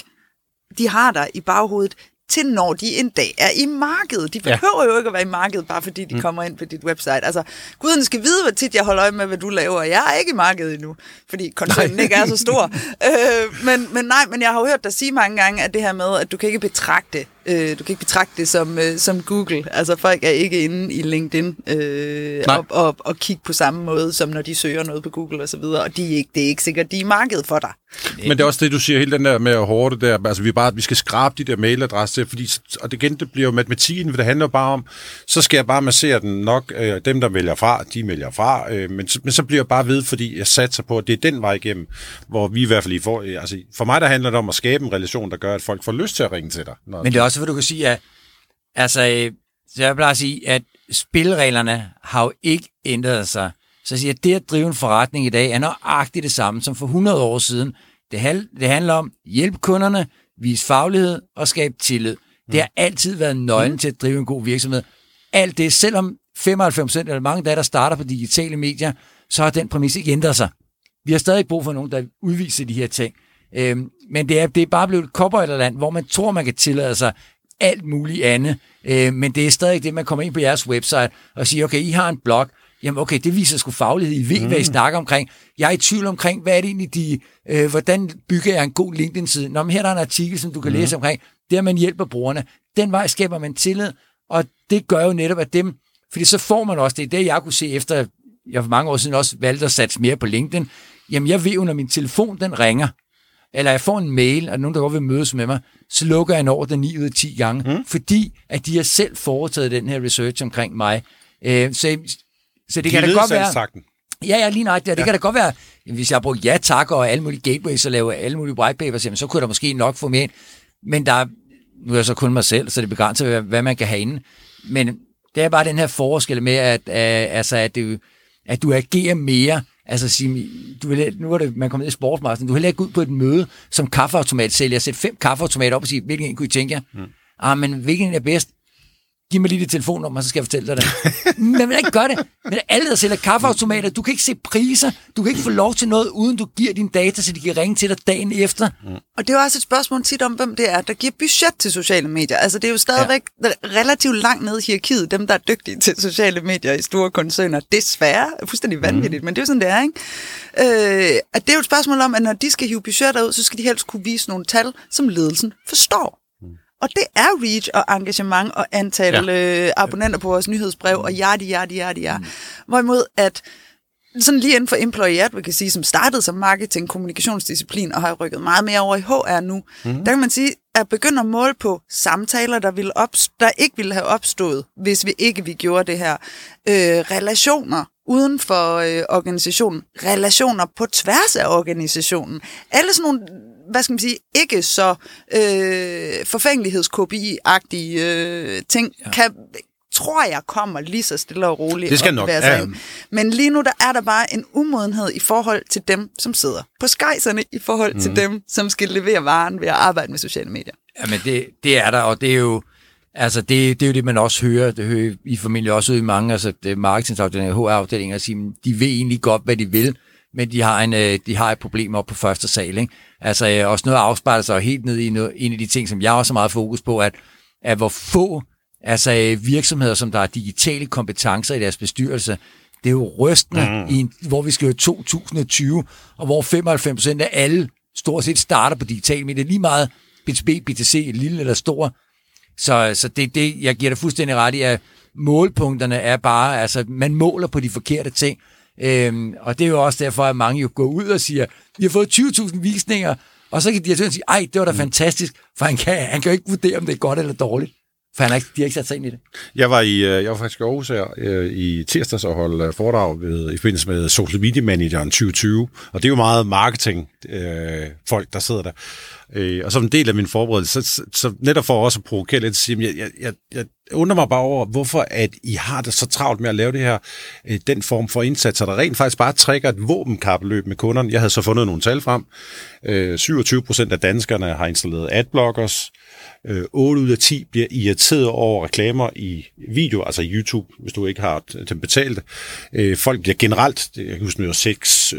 de har dig i baghovedet, til når de en dag er i markedet. De behøver ja. jo ikke at være i markedet, bare fordi de mm. kommer ind på dit website. Altså, guderne skal vide, hvor tit jeg holder øje med, hvad du laver. Jeg er ikke i markedet endnu, fordi koncernen ikke er så stor. øh, men, men nej, men jeg har jo hørt dig sige mange gange, at det her med, at du kan ikke betragte øh, du kan ikke betragte det som, øh, som Google. Altså, folk er ikke inde i LinkedIn øh, og, og, og kigge på samme måde, som når de søger noget på Google og så videre, og de er ikke, det er ikke sikkert, de er i markedet for dig. Men det er også det, du siger, hele den der med at hårde der, altså vi, bare, vi skal skrabe de der mailadresser, fordi, og det igen, det bliver jo matematikken, for det handler bare om, så skal jeg bare massere den nok, øh, dem der vælger fra, de vælger fra, øh, men, men så bliver jeg bare ved, fordi jeg satser på, at det er den vej igennem, hvor vi i hvert fald i for, altså for mig der handler det om at skabe en relation, der gør, at folk får lyst til at ringe til dig. Men det er også, for du kan sige, at altså, så jeg vil bare sige, at spillereglerne har jo ikke ændret sig. Så jeg siger, at det at drive en forretning i dag er nøjagtigt det samme som for hundrede år siden. Det, hal- det handler om at hjælpe kunderne, vise faglighed og skabe tillid. Det har altid været nøglen mm. til at drive en god virksomhed. Alt det, selvom femoghalvfems procent eller mange der, der starter på digitale medier, så har den præmis ikke ændret sig. Vi har stadig brug for nogen, der udviser de her ting. Øhm, men det er, det er bare blevet et cowboyland, hvor man tror, man kan tillade sig alt muligt andet. Øhm, men det er stadig det, man kommer ind på jeres website og siger, okay, I har en blog. Jamen okay, det viser sgu faglighed. I ved, mm. hvad I snakker omkring. Jeg er i tvivl omkring, hvad er det egentlig, de, øh, hvordan bygger jeg en god LinkedIn-side? Nå, men her er der en artikel, som du kan mm. læse omkring. Der man hjælper brugerne. Den vej skaber man tillid, og det gør jo netop, at dem, fordi så får man også, det er det, jeg kunne se efter, jeg for mange år siden også valgte at satse mere på LinkedIn. Jamen jeg ved jo, når min telefon den ringer, eller jeg får en mail, og nogen, der godt vil mødes med mig, så lukker jeg en over den ni ud af ti gange, mm. fordi at de har selv foretaget den her research omkring mig. Øh, så, så det de kan da godt være... Sagten. Ja, ja, lige nøjagtigt. Det ja. kan da godt være, hvis jeg bruger ja tak og alle mulige gateways og laver alle mulige white papers, jamen, så kunne der måske nok få mere ind. Men der, nu er jeg så kun mig selv, så det begrænser, hvad, hvad man kan have inde. Men det er bare den her forskel med, at, uh, altså, at, det, at du agerer mere. Altså, sige, du vil, nu er det, man kommer ned i sportsmarkedet, du vil heller ikke gå ud på et møde som kaffeautomat sælger, sætte fem kaffeautomater op og sige, hvilken en kunne I tænke jer? Mm. Ah, men hvilken er bedst? Giv mig lige det telefonnummer, så skal jeg fortælle dig det. Man vil ikke gøre det. Men alle, der sælger kaffeautomater, du kan ikke se priser, du kan ikke få lov til noget, uden du giver dine data, så de kan ringe til dig dagen efter. Mm. Og det er jo også et spørgsmål tit om, hvem det er, der giver budget til sociale medier. Altså, det er jo stadigvæk ja. relativt langt ned i hierarkiet, dem, der er dygtige til sociale medier i store koncerner. Desværre, fuldstændig vanvittigt, mm. men det er jo sådan, det er, ikke? Øh, at det er jo et spørgsmål om, at når de skal hive budgetter ud, så skal de helst kunne vise nogle tal, som ledelsen forstår. Og det er reach og engagement og antal ja. øh, abonnenter på vores nyhedsbrev og yadi, yadi, yadi, yadi. Mm. Hvorimod at sådan lige inden for employee advocacy, som startede som marketing, kommunikationsdisciplin og har rykket meget mere over i H R nu, mm. der kan man sige, at begynde at måle på samtaler, der, ville opst- der ikke ville have opstået, hvis vi ikke vi gjorde det her. Øh, relationer uden for øh, organisationen. Relationer på tværs af organisationen. Alle sådan nogle, hvad skal man sige, ikke så øh, forfængeligheds-K P I-agtige øh, ting, ja. kan, tror jeg kommer lige så stille og roligt. Det skal nok. Ja. Men lige nu, der er der bare en umodenhed i forhold til dem, som sidder på skejserne, i forhold mm. til dem, som skal levere varen ved at arbejde med sociale medier. Jamen, det, det er der, og det er jo altså det, det er jo det, man også hører. Det hører I formentlig også ud i mange, altså marketingsafdelinger, H R-afdelinger, at sige, de ved egentlig godt, hvad de vil, men de har, en, de har et problem op på første sal. Ikke? Altså også noget afspejler sig helt ned i noget, en af de ting, som jeg også har meget fokus på, at, at hvor få altså, virksomheder, som der har digitale kompetencer i deres bestyrelse, det er jo rystende, mm. i en, hvor vi skal jo to tusind og tyve, og hvor femoghalvfems procent af alle stort set starter på digital medier. Lige meget B to B, B to C, lille eller stor. Så, så det det, jeg giver dig fuldstændig ret i, at målpunkterne er bare, altså man måler på de forkerte ting. Øhm, og det er jo også derfor, at mange jo går ud og siger, vi har fået tyve tusind visninger, og så kan direktøren sige, ej, det var da mm. fantastisk, for han kan, han kan jo ikke vurdere, om det er godt eller dårligt. For han har ikke, de har ikke sat sig ind i det. Jeg var, i, jeg var faktisk i Aarhus her øh, i tirsdags og holdt foredrag ved, i forbindelse med Social Media Manageren tyve tyve, og det er jo meget marketing øh, folk, der sidder der. Øh, og som en del af min forberedelse, så, så netop for også at provokere lidt, at sige, jeg, jeg, jeg, jeg undrer mig bare over, hvorfor at I har det så travlt med at lave det her, øh, den form for indsatser, der rent faktisk bare trækker et våbenkapløb med kunderne. Jeg havde så fundet nogle tal frem. Øh, syvogtyve procent af danskerne har installeret adblockers. otte ud af ti bliver irriteret over reklamer i video, altså i YouTube, hvis du ikke har dem betalt. Folk bliver generelt, jeg kan huske, seks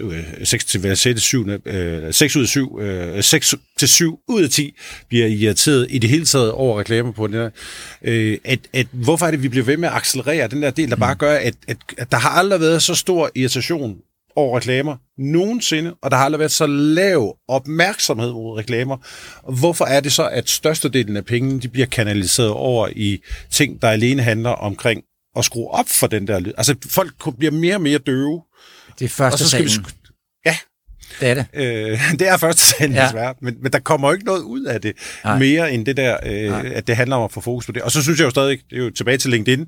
ud af syv, seks til syv ud af ti bliver irriteret i det hele taget over reklamer på den her. At, at, hvorfor er det, vi bliver ved med at accelerere den der del, der bare gør, at, at, at der har aldrig været så stor irritation over reklamer nogensinde, og der har aldrig været så lav opmærksomhed over reklamer. Hvorfor er det så, at størstedelen af pengene, de bliver kanaliseret over i ting, der alene handler omkring at skrue op for den der lyd? Altså, folk bliver mere og mere døve. Det er første salen. Sk- ja. Det er det. Øh, det er første salen, ja. Desværre. Men, men der kommer jo ikke noget ud af det, Nej. mere end det der, øh, at det handler om at få fokus på det. Og så synes jeg jo stadig, det er jo tilbage til LinkedIn,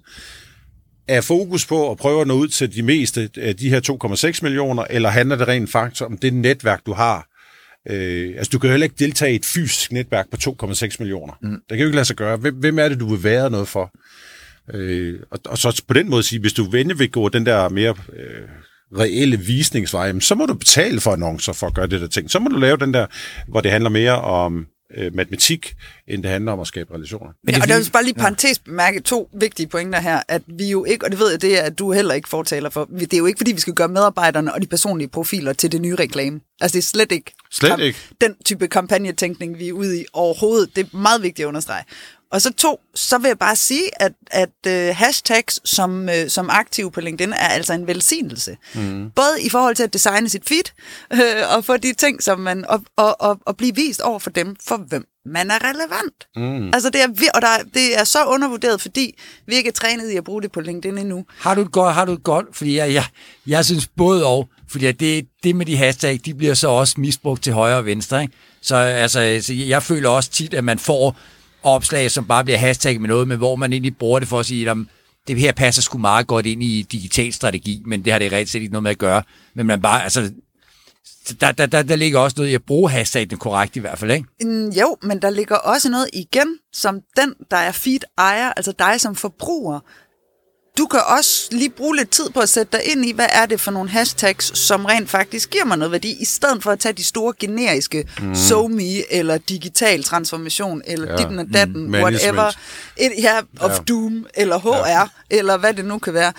er fokus på at prøve at nå ud til de meste af de her to komma seks millioner, eller handler det rent faktisk om det netværk, du har? Øh, altså, du kan jo heller ikke deltage i et fysisk netværk på to komma seks millioner. Mm. Det kan jo ikke lade sig gøre. Hvem, hvem er det, du vil være noget for? Øh, og, og så på den måde sige, hvis du vender vil gå den der mere øh, reelle visningsvej, så må du betale for annoncer for at gøre det der ting. Så må du lave den der, hvor det handler mere om øh, matematik, end det handler om at skabe relationer. Men ja, og der vil bare lige parentes bemærke to vigtige pointer her, at vi jo ikke, og det ved jeg, det er, at du heller ikke fortaler for, det er jo ikke, fordi vi skal gøre medarbejderne og de personlige profiler til det nye reklame. Altså, det er slet ikke, slet ikke. den type kampagnetænkning, vi er ude i overhovedet. Det er meget vigtigt at understrege. Og så to, så vil jeg bare sige, at, at uh, hashtags som, uh, som aktiv på LinkedIn er altså en velsignelse. Mm. Både i forhold til at designe sit feed, uh, og for de ting, som man, og, og, og, og blive vist over for dem, for hvem man er relevant. Mm. Altså det er, og der, det er så undervurderet, fordi vi ikke er trænet i at bruge det på LinkedIn endnu. Har du et godt, har du et godt, fordi jeg, jeg, jeg synes både og, fordi det, det med de hashtags, de bliver så også misbrugt til højre og venstre, ikke? Så altså, så jeg føler også tit, at man får opslag, som bare bliver hashtag med noget, men hvor man egentlig bruger det for at sige, at det her passer sgu meget godt ind i digital strategi, men det har det rigtig set ikke noget med at gøre. Men man bare, altså, der, der, der, der ligger også noget i at bruge hashtagene korrekt i hvert fald, ikke? Mm, jo, men der ligger også noget igen, som den, der er feed-ejer, altså dig som forbruger, du kan også lige bruge lidt tid på at sætte dig ind i, hvad er det for nogle hashtags, som rent faktisk giver mig noget værdi, i stedet for at tage de store generiske mm. SoMe, eller digital transformation, eller ja. ditten og datten, mm. whatever, et, ja, of ja. Doom, eller H R, ja. eller hvad det nu kan være.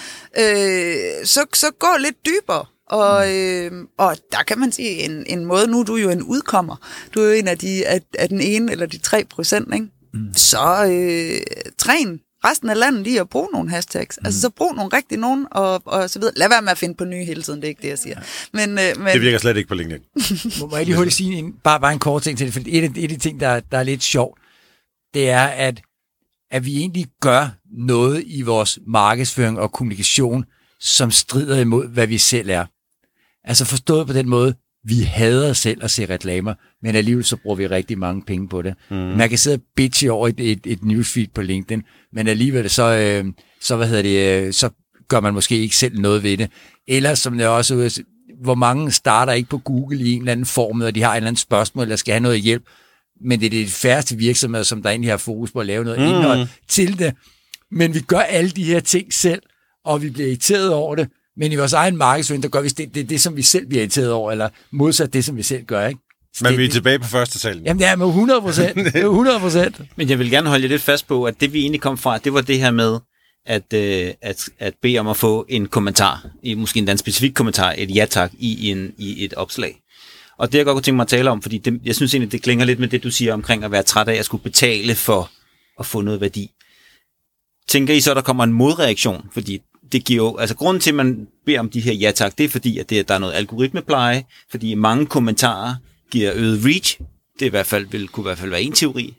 Øh, så, så gå lidt dybere. Og, øh, og der kan man sige, en, en måde, nu er du jo en udkommer, du er jo en af, de, af, af den ene eller de tre procent, ikke? Mm. Så øh, træn resten af landet i at bruge nogle hashtags. Mm. Altså så brug nogle rigtig nogen, og, og så videre. Lad være med at finde på nye hele tiden, det er ikke det, jeg siger. Men, øh, men... Det virker slet ikke på LinkedIn. Må jeg lige hurtigt sige en, bare, bare en kort ting til det, for et af, et af de ting, der, der er lidt sjovt, det er, at, at vi egentlig gør noget i vores markedsføring og kommunikation, som strider imod, hvad vi selv er. Altså forstået på den måde, vi hader selv at se reklamer, men alligevel så bruger vi rigtig mange penge på det. Mm. Man kan sidde og bitche over et, et, et newsfeed på LinkedIn, men alligevel så, øh, så, hvad hedder det, øh, så gør man måske ikke selv noget ved det. Eller som det også, hvor mange starter ikke på Google i en eller anden form, og de har et eller andet spørgsmål, eller skal have noget hjælp, men det er det færreste virksomheder, som der egentlig har fokus på at lave noget mm. indhold til det. Men vi gør alle de her ting selv, og vi bliver irriteret over det, men i vores egen markedsføring, der gør vi det, det, det, som vi selv bliver irriteret over, eller modsat det, som vi selv gør, ikke? Så men det, vi er det, tilbage på første talen. Jamen det er med hundrede procent. Det er hundrede procent. Men jeg vil gerne holde jer lidt fast på, at det vi egentlig kom fra, det var det her med, at, øh, at, at bede om at få en kommentar, i, måske en specifik kommentar, et ja tak, i, en, i et opslag. Og det jeg godt kunne tænke mig at tale om, fordi det, jeg synes egentlig, det klinger lidt med det, du siger omkring at være træt af at skulle betale for at få noget værdi. Tænker I så, der kommer en modreaktion? Fordi det giver jo, altså grunden til, at man beder om de her ja tak, det er fordi, at det, der er noget algoritmepleje, fordi mange kommentarer giver øget reach. Det i hvert fald, vil, kunne i hvert fald være en teori.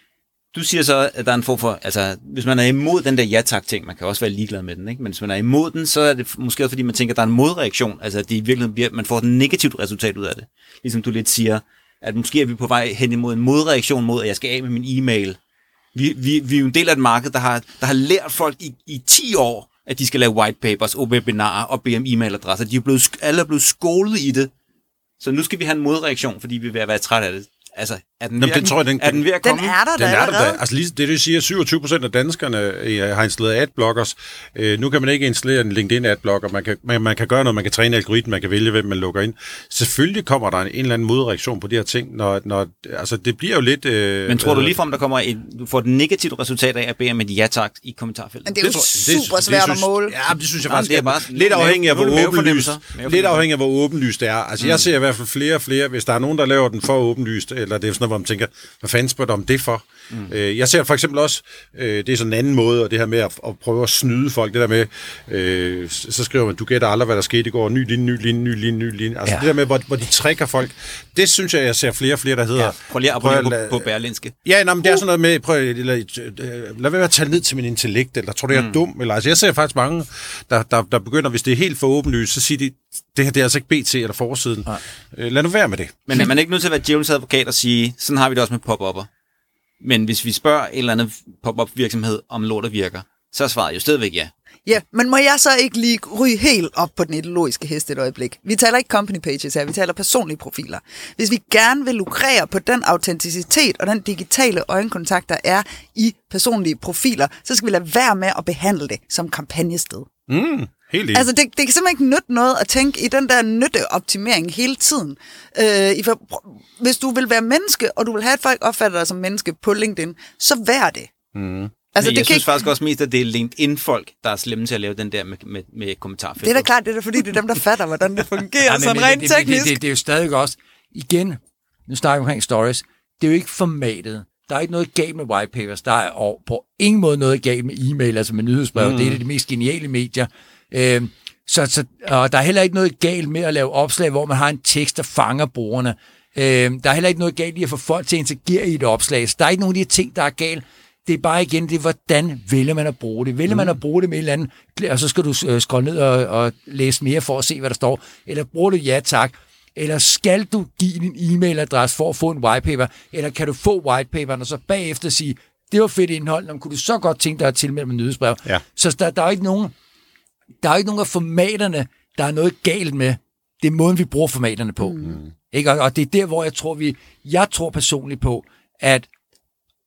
Du siger så, at der er en form for, altså hvis man er imod den der ja tak ting, man kan også være ligeglad med den, ikke? Men hvis man er imod den, så er det måske også fordi, man tænker, at der er en modreaktion, altså at det i virkeligheden bliver, man får et negativt resultat ud af det. Ligesom du lidt siger, at måske er vi på vej hen imod en modreaktion mod, at jeg skal af med min e-mail. Vi, vi, vi er jo en del af et marked, der har, der har lært folk i, i ti år, at de skal lave white papers og webinarer og bede om e-mailadresser. De er blevet, alle er blevet skolet i det. Så nu skal vi have en modreaktion, fordi vi er ved at være træt af det. Altså, er den, Jamen, den, tror jeg, den, er den ved at komme? Den er der, den der er der da. Altså, lige, det vil sige, at syvogtyve procent af danskerne øh, har installeret adblockers. Øh, nu kan man ikke installere en LinkedIn adblocker. Man kan, man, man kan gøre noget, man kan træne algoritmen, man kan vælge, hvem man lukker ind. Selvfølgelig kommer der en, en eller anden modreaktion på de her ting, når, når altså, det bliver jo lidt... Øh, Men tror du ligefrem, der kommer et, du får et negativt resultat af at bede om et ja tak i kommentarfeltet? Men det er jo det, super svært at måle. Ja, det synes jeg faktisk det er bare lidt afhængig af, hvor åbenlyst, lidt afhængig af, hvor åbenlyst det er. Altså, jeg mm. ser i hvert fald flere og flere, hvis der er nogen, der laver den for åbenlyst, eller det er sådan noget, hvor man tænker, hvad fanden spørger du om det for? Mm. Øh, jeg ser for eksempel også, øh, det er sådan en anden måde, og det her med at, at prøve at snyde folk, det der med, øh, så skriver man, du gætter aldrig, hvad der skete i går, ny linje, ny linje, ny linje, ny linje. Altså ja. Det der med, hvor, hvor de trækker folk, det synes jeg, jeg ser flere og flere, der hedder... Ja, prøv lige at abonnere på, på Berlinske. Ja, nej, men det er sådan noget med, prøv, eller, lad være at tage ned til min intellekt, eller tror du, jeg er mm. dum? Eller, altså, jeg ser faktisk mange, der, der, der begynder, hvis det er helt for åbenlyst, så siger de, det her det er altså ikke B T eller forsiden. Øh, lad nu være med det. Men er man ikke nødt til at være djævelens advokat og sige, sådan har vi det også med pop-up'er. Men hvis vi spørger en eller anden pop-up virksomhed, om lortet virker, så er svaret jo stadigvæk ja. Ja, men må jeg så ikke lige ryge helt op på den ideologiske hest et øjeblik? Vi taler ikke company pages her, vi taler personlige profiler. Hvis vi gerne vil lukrere på den autenticitet og den digitale øjenkontakt, der er i personlige profiler, så skal vi lade være med at behandle det som kampagnested. Mm. Helt altså, det, det kan simpelthen ikke nytte noget at tænke i den der nytteoptimering hele tiden. Øh, i for, hvis du vil være menneske, og du vil have, at folk opfatter dig som menneske på LinkedIn, så vær det. Mm. Altså, det jeg synes ikke... faktisk også mest, at det er LinkedIn-folk, der er slemme til at lave den der med, med, med kommentarfeltet. Det er da klart, det er da fordi, det er dem, der fatter, hvordan det fungerer ja, sådan rent det, teknisk. Det, det, det, det er jo stadig også, igen, nu snakker vi omkring stories, det er jo ikke formatet. Der er ikke noget galt med white papers, der er på ingen måde noget galt med e-mail, altså med nyhedsbrev, mm. det er de mest geniale medier. Øhm, så, så, og der er heller ikke noget galt med at lave opslag, hvor man har en tekst, der fanger brugerne. Øhm, der er heller ikke noget galt i at få folk til at interagere i et opslag. Så der er ikke nogen af de ting, der er galt. Det er bare igen, det er, hvordan vælger man at bruge det. Vælger mm. man at bruge det med et eller andet, og så skal du øh, scrolle ned og, og læse mere for at se, hvad der står. Eller bruger du ja tak. Eller skal du give din e-mailadresse for at få en whitepaper? Eller kan du få whitepaperen og så bagefter sige, det var fedt indhold, men kunne du så godt tænke dig at tilmelde med nyhedsbrev? Ja. Så der, der er ikke nogen... Der er ikke nogen af formaterne, der er noget galt med. Det er måden, vi bruger formaterne på. Mm. Ikke? Og, og det er der, hvor jeg tror, vi... Jeg tror personligt på, at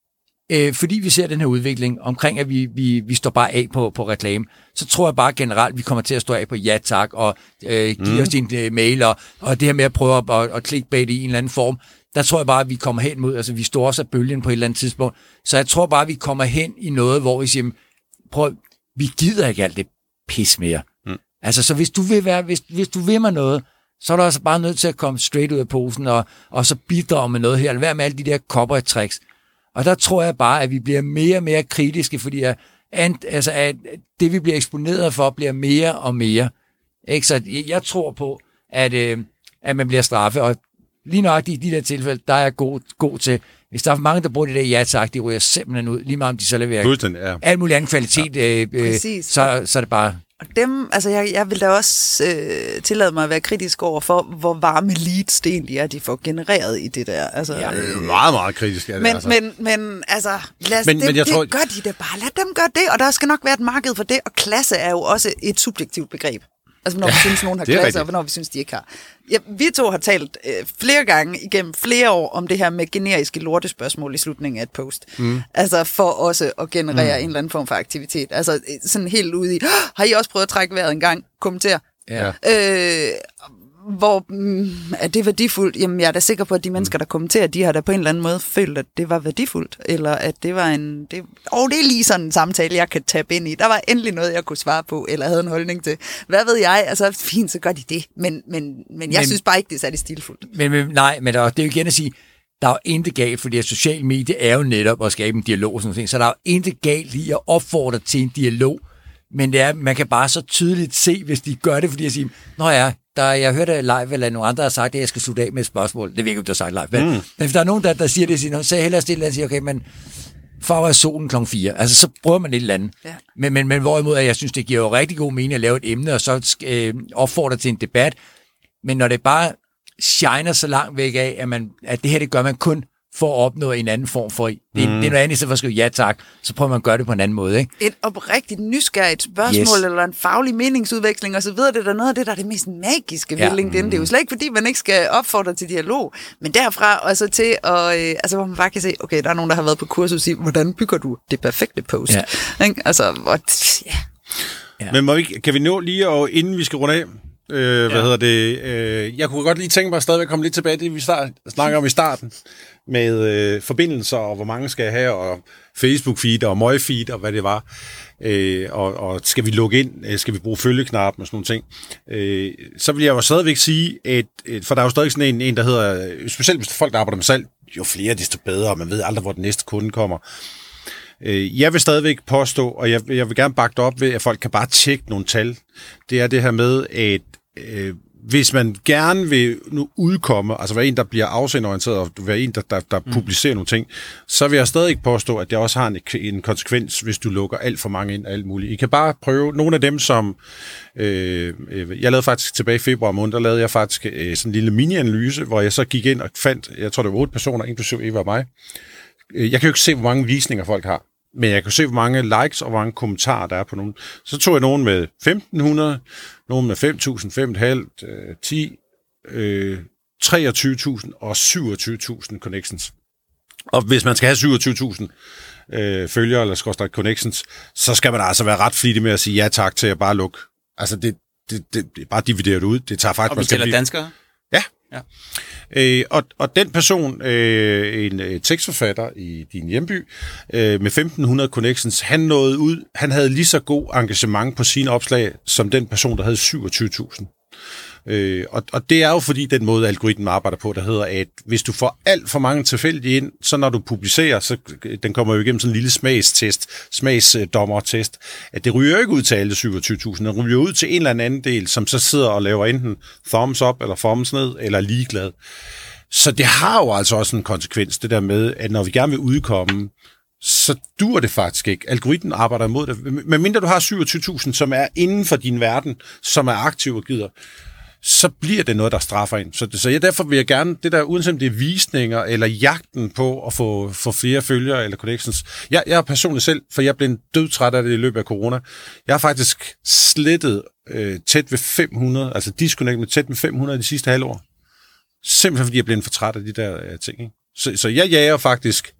øh, fordi vi ser den her udvikling omkring, at vi, vi, vi står bare af på, på reklame, så tror jeg bare generelt, vi kommer til at stå af på ja tak, og øh, give mm. os din øh, mail, og, og det her med at prøve at, at, at clickbait i en eller anden form, der tror jeg bare, at vi kommer hen mod, altså vi står også af bølgen på et eller andet tidspunkt, så jeg tror bare, at vi kommer hen i noget, hvor vi siger, prøv, vi gider ikke alt det pis mere. Mm. Altså, så hvis du vil være, hvis, hvis du vil mig noget, så er du altså bare nødt til at komme straight ud af posen, og, og så bidrage med noget her, eller være med alle de der corporate tricks. Og der tror jeg bare, at vi bliver mere og mere kritiske, fordi at, altså, at det, vi bliver eksponeret for, bliver mere og mere. Ikke? Så jeg tror på, at, øh, at man bliver straffet, og lige nøjagtigt i de der tilfælde, der er jeg god, god til. Hvis der er for mange, der bruger det der ja tak, de ryger simpelthen ud, lige meget om de så leverer ja. alt mulig anden kvalitet, ja. øh, øh, så, så er det bare... Og dem, altså jeg, jeg vil da også øh, tillade mig at være kritisk over for, hvor varme leads det egentlig er, de får genereret i det der. Altså, ja, det er meget, meget kritisk. Ja, det, men, altså. men, men altså, lad os, men, det, men jeg det tror... gør de det bare. Lad dem gøre det, og der skal nok være et marked for det, og klasse er jo også et subjektivt begreb. Altså, hvornår ja, vi synes, nogen har klasse, rigtigt. Og hvornår vi synes, de ikke har. Ja, vi to har talt øh, flere gange igennem flere år om det her med generiske lortespørgsmål i slutningen af et post. Mm. Altså, for også at generere mm. en eller anden form for aktivitet. Altså, sådan helt ude i, har I også prøvet at trække vejret en gang? Kommenter. Ja. Øh, hvor mm, er det værdifuldt? Jamen, jeg er da sikker på, at de mennesker, der kommenterer, de har da på en eller anden måde følt, at det var værdifuldt. Eller at det var en... Det, og det er lige sådan en samtale, jeg kan tabe ind i. Der var endelig noget, jeg kunne svare på, eller havde en holdning til. Hvad ved jeg? Altså, fint, så gør de det. Men, men, men jeg men, synes bare ikke, det er særlig stilfuldt. Men, men nej, men der, det er jo igen at sige, der er jo intet galt, fordi at social medie er jo netop at skabe en dialog og sådan noget. Så der er jo intet galt i at opfordre til en dialog. Men det er, man kan bare så tydeligt se, hvis de gør det, fordi jeg siger, nå ja, der, jeg hørte live, eller nogle andre har sagt, at jeg skal slutte af med et spørgsmål. Det ved ikke, om du har sagt live. Men, mm. men hvis der er nogen, der, der siger det, så, så er jeg hellere stille og siger, okay, men farver er solen klokken fire. Altså, så prøver man et eller andet. Ja. Men, men, men hvorimod, at jeg synes, det giver jo rigtig god mening at lave et emne, og så øh, opfordre til en debat. Men når det bare shiner så langt væk af, at, man, at det her, det gør man kun for at opnå en anden form for... Det, mm. det er noget andet, i stedet for at skrive ja tak, så prøver man at gøre det på en anden måde, ikke? Et oprigtigt nysgerrigt spørgsmål, yes. eller en faglig meningsudveksling osv., det er der noget af det, der er det mest magiske ved ja. LinkedIn. Det er jo slet ikke, fordi man ikke skal opfordre til dialog, men derfra og så til, at, øh, altså, hvor man bare kan se, okay, der er nogen, der har været på kursus i, hvordan bygger du det perfekte post? Ja. Altså, hvor... Ja. Ja. Men må vi, kan vi nå lige, og inden vi skal runde af, Øh, hvad ja. hedder det? Øh, jeg kunne godt lige tænke mig at stadigvæk komme lidt tilbage til det, vi start, snakker om i starten, med øh, forbindelser, og hvor mange skal jeg have, og Facebook-feed, og møg-feed, og hvad det var. Øh, og, og skal vi logge ind? Skal vi bruge følgeknappen og sådan nogle ting? Øh, så vil jeg jo stadigvæk sige, at, for der er jo stadig sådan en, en der hedder, specielt hvis folk, der arbejder med salg, jo flere, desto bedre, og man ved aldrig, hvor den næste kunde kommer. Jeg vil stadigvæk påstå, og jeg, jeg vil gerne bakke det op ved, at folk kan bare tjekke nogle tal. Det er det her med, at øh, hvis man gerne vil nu udkomme, altså være en, der bliver afsenderorienteret, og være en, der, der, der mm. publicerer nogle ting, så vil jeg stadig påstå, at det også har en, en konsekvens, hvis du lukker alt for mange ind og alt muligt. I kan bare prøve nogle af dem, som... Øh, jeg lavede faktisk tilbage i februar måned, der lavede jeg faktisk øh, sådan en lille mini-analyse, hvor jeg så gik ind og fandt, jeg tror det var otte personer, inklusive Eva og mig. Jeg kan jo ikke se, hvor mange visninger folk har. Men jeg kan se, hvor mange likes og hvor mange kommentarer, der er på nogen. Så tog jeg nogen med femten hundrede, nogen med fem tusind, fem komma fem, ti, treogtyve tusind og syvogtyve tusind connections. Og hvis man skal have syvogtyve tusind øh, følgere eller skorstræk connections, så skal man altså være ret flittig med at sige ja tak til at bare lukke. Altså, det, det, det, det bare dividere det ud. Det tager faktisk... Og vi tæller danskere? Ja. Ja. Øh, og, og den person, øh, en øh, tekstforfatter i din hjemby, øh, med femten hundrede connections, han nåede ud, han havde lige så god engagement på sine opslag, som den person, der havde syvogtyve tusind. Øh, og, og det er jo fordi den måde, algoritmen arbejder på, der hedder, at hvis du får alt for mange tilfældige ind, så når du publicerer, så den kommer jo igennem sådan en lille smagstest, smagsdommertest, at det ryger ikke ud til alle syvogtyve tusind, den ryger ud til en eller anden del, som så sidder og laver enten thumbs up, eller thumbs ned, eller ligeglad. Så det har jo altså også en konsekvens, det der med, at når vi gerne vil udkomme, så dur det faktisk ikke. Algoritmen arbejder imod det. Men mindre du har syvogtyve tusind, som er inden for din verden, som er aktiv og gider, så bliver det noget, der straffer ind. Så, så jeg, derfor vil jeg gerne, det der, uanset om det er visninger, eller jagten på at få, få flere følgere eller connections. Jeg, jeg er personligt selv, for jeg blev dødtræt af det i løbet af corona. Jeg har faktisk slettet øh, tæt ved fem hundrede, altså disconnect med tæt med fem hundrede de sidste halvår. Simpelthen fordi jeg blev for træt af de der øh, ting. Ikke? Så, så jeg jager faktisk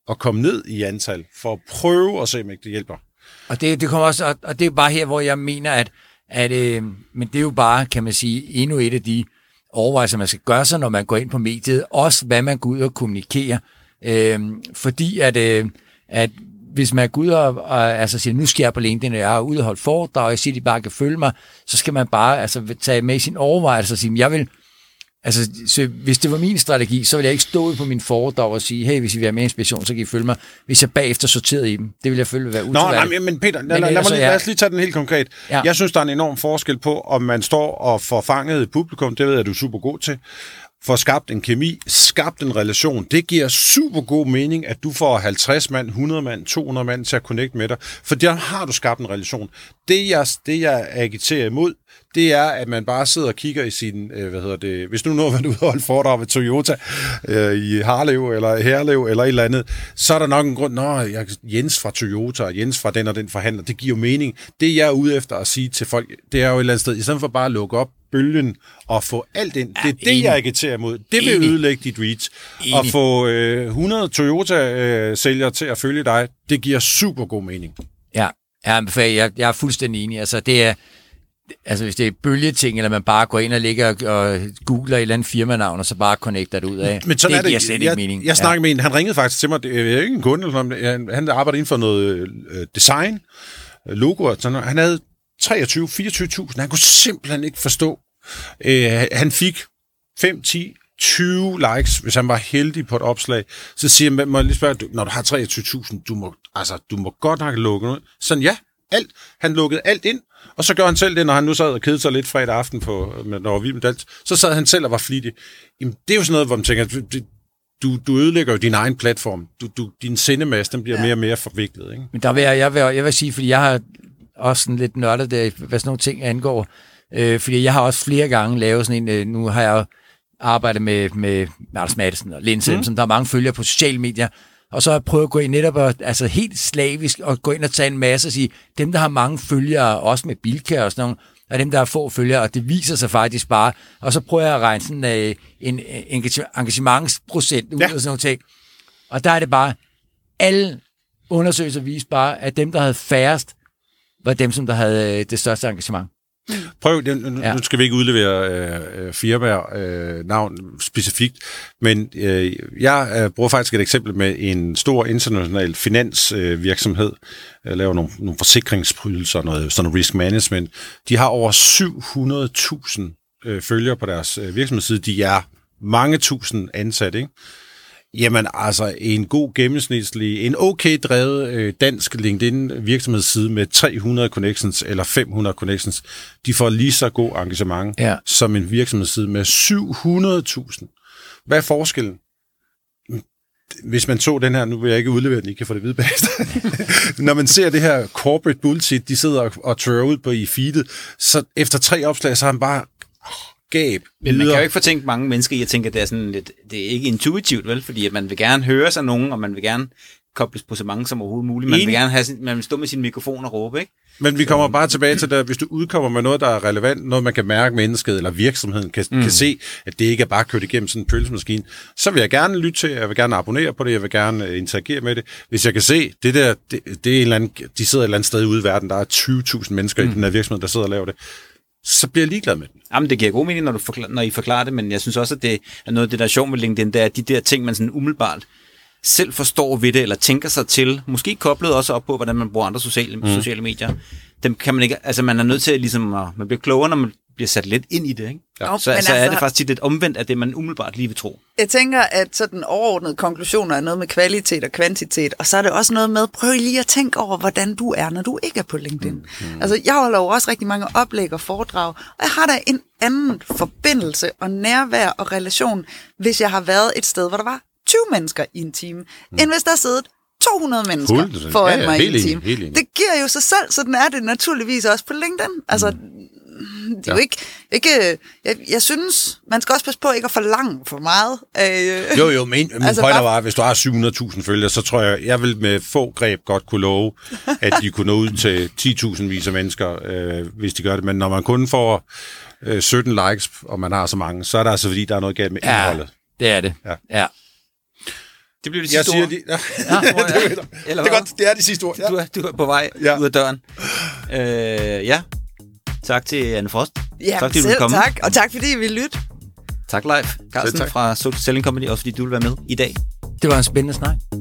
at komme ned i antal, for at prøve at se, om ikke det hjælper. Og det, det kommer også, og, og det er jo bare her, hvor jeg mener, at, at øh, men det er jo bare, kan man sige, endnu et af de overvejelser, man skal gøre sig, når man går ind på mediet, også hvad man går ud og kommunikerer. Øh, fordi at, øh, at hvis man går ud og, og altså siger, nu skal jeg på LinkedIn, og jeg er ude og holde foredrag, og jeg siger, at de bare kan følge mig, så skal man bare altså, tage med sin overvejelse og sige, jeg vil, altså, så hvis det var min strategi, så ville jeg ikke stå ud på min foredrag og sige, hey, hvis I vil have mere inspiration, så kan I følge mig, hvis jeg bagefter sorterede i dem. Det vil jeg følge være utroværdigt. Nå, nej, men Peter, men lad, lad, lad, mig, lad os lige tage den helt konkret. Ja. Jeg synes, der er en enorm forskel på, om man står og får fanget et publikum, det ved jeg, du er super god til, får skabt en kemi, skabt en relation. Det giver super god mening, at du får halvtreds mand, hundrede mand, to hundrede mand til at connecte med dig, for der har du skabt en relation. Det jeg, det, jeg agiterer imod, det er, at man bare sidder og kigger i sin, øh, hvad hedder det, hvis nu nu har været ude og holde foredrag ved Toyota øh, i Harlev eller Herlev eller et eller andet, så er der nok en grund, nå, jeg, Jens fra Toyota, Jens fra den og den forhandler, det giver jo mening. Det jeg er ude efter at sige til folk, det er jo et eller andet sted, i stedet for bare at lukke op bølgen og få alt ind. Det er ja, det, jeg agiterer imod. Det vil ødelægge dit reach. At få øh, hundrede Toyota-sælgere til at følge dig, det giver super god mening. Ja, jeg, jeg, jeg er fuldstændig enig. Altså, det er, altså, hvis det er bølgeting, eller man bare går ind og ligger og, og googler et eller andet firmanavn, og så bare connecter det ud af, men sådan det er det, giver slet jeg, ikke mening. Jeg snakkede ja. med en, han ringede faktisk til mig, det er ikke en kunde, han, han arbejder inden for noget øh, design, logoer, sådan, han havde treogtyve til fireogtyve tusind, han kunne simpelthen ikke forstå. Øh, han fik fem, ti, tyve likes, hvis han var heldig på et opslag. Så siger man, må jeg lige spørge, når du har treogtyve tusind, du må, altså, du må godt nok lukke noget. Sådan ja, alt. Han lukkede alt ind, og så gør han selv det, når han nu sad og kedede sig lidt fredag aften, på, når vi med alt, så sad han selv og var flittig. Jamen, det er jo sådan noget, hvor man tænker, du, du ødelægger jo din egen platform. Du, du, din sendemasse, den bliver ja. mere og mere forviklet. Ikke? Men der vil jeg, jeg, vil, jeg vil sige, fordi jeg har også sådan lidt nørdet der, hvad sådan nogle ting angår. Øh, fordi jeg har også flere gange lavet sådan en, øh, nu har jeg arbejdet med, med Anders Madsen og Linse, mm. som der er mange følgere på sociale medier, og så har jeg prøvet at gå ind netop og, altså helt slavisk, og gå ind og tage en masse og sige, dem der har mange følgere, også med Bilka og sådan nogle, og dem der har få følgere, og det viser sig faktisk bare, og så prøver jeg at regne sådan øh, en, en engagementsprocent ud ja. og sådan nogle ting, og der er det bare, alle undersøgelser viser bare, at dem der havde færrest, var dem som der havde øh, det største engagement. Prøv, nu, ja. nu skal vi ikke udlevere øh, firmaer øh, navn specifikt, men øh, jeg øh, bruger faktisk et eksempel med en stor international finansvirksomhed, øh, jeg laver nogle, nogle forsikringsprydelser, noget, sådan noget risk management. De har over syv hundrede tusind øh, følgere på deres øh, virksomhedsside. De er mange tusind ansatte, ikke? Jamen altså, en god gennemsnitlig, en okay drevet øh, dansk LinkedIn-virksomhedsside med tre hundrede connections eller fem hundrede connections, de får lige så god engagement ja. som en virksomhedsside med syv hundrede tusind. Hvad er forskellen? Hvis man så den her, nu vil jeg ikke udlevere den, I kan få det vide bagefter. Når man ser det her corporate bullshit, de sidder og, og tørrer ud på i feedet, så efter tre opslag, så har han bare... Gab. Men man kan jo ikke fortænke mange mennesker i at tænke, at det er sådan lidt, det er ikke intuitivt, vel? Fordi at man vil gerne høre sig nogen, og man vil gerne kobles på så mange som overhovedet muligt. Man vil gerne have sin, man vil stå med sin mikrofon og råbe, ikke? Men vi kommer bare tilbage til det, hvis du udkommer med noget, der er relevant, noget man kan mærke, mennesket eller virksomheden kan, mm. kan se, at det ikke er bare kørt igennem sådan en pølsemaskine, så vil jeg gerne lytte til, jeg vil gerne abonnere på det, jeg vil gerne interagere med det. Hvis jeg kan se, det der, det, det er en eller anden, de sidder et eller andet sted ude i verden, der er tyve tusind mennesker mm. i den her virksomhed, der sidder og laver det, så bliver jeg ligeglad med den. Jamen, det giver god mening, når, du forklar, når I forklarer det, men jeg synes også, at det er noget af det, der er sjovt med LinkedIn, det er de der ting, man sådan umiddelbart selv forstår ved det, eller tænker sig til, måske koblet også op på, hvordan man bruger andre sociale, mm. sociale medier. Dem kan man ikke, altså man er nødt til ligesom, at man bliver klogere, når man bliver sat lidt ind i det, ikke? Ja. Så, så altså, er det faktisk lidt omvendt af det, man umiddelbart lige vil tro. Jeg tænker, at sådan overordnede konklusioner er noget med kvalitet og kvantitet, og så er det også noget med, prøv lige at tænke over, hvordan du er, når du ikke er på LinkedIn. Mm, mm. Altså, jeg holder jo også rigtig mange oplæg og foredrag, og jeg har da en anden forbindelse og nærvær og relation, hvis jeg har været et sted, hvor der var tyve mennesker i en time, mm. end hvis der siddet to hundrede mennesker Fuldt, foran ja, ja, mig i en time. Enig, det giver jo sig selv, sådan er det naturligvis også på LinkedIn. Altså, mm. det er ja. jo ikke... ikke jeg, jeg synes, man skal også passe på ikke at forlange for meget. Øh, jo, jo, men min altså, pointer var, at hvis du har syv hundrede tusind følgere, så tror jeg, jeg vil med få greb godt kunne love, at de kunne nå ud til ti tusind vis af mennesker, øh, hvis de gør det. Men når man kun får øh, sytten likes, og man har så mange, så er det altså, fordi der er noget galt med ja, indholdet. det er det. Ja. ja. Det bliver det Jeg sidste siger ord. de... Ja. Ja, det, er, det, Eller er hvad? godt, det er de sidste ord. Ja. Du, er, du er på vej Ja. ud af døren. Øh, ja. Tak til Anne Frost. Ja, tak, fordi du selv ville komme. tak. Og tak, fordi I ville lytte. Tak, Leif Carlsen tak. fra Social Selling Company, også fordi du vil være med i dag. Det var en spændende snak.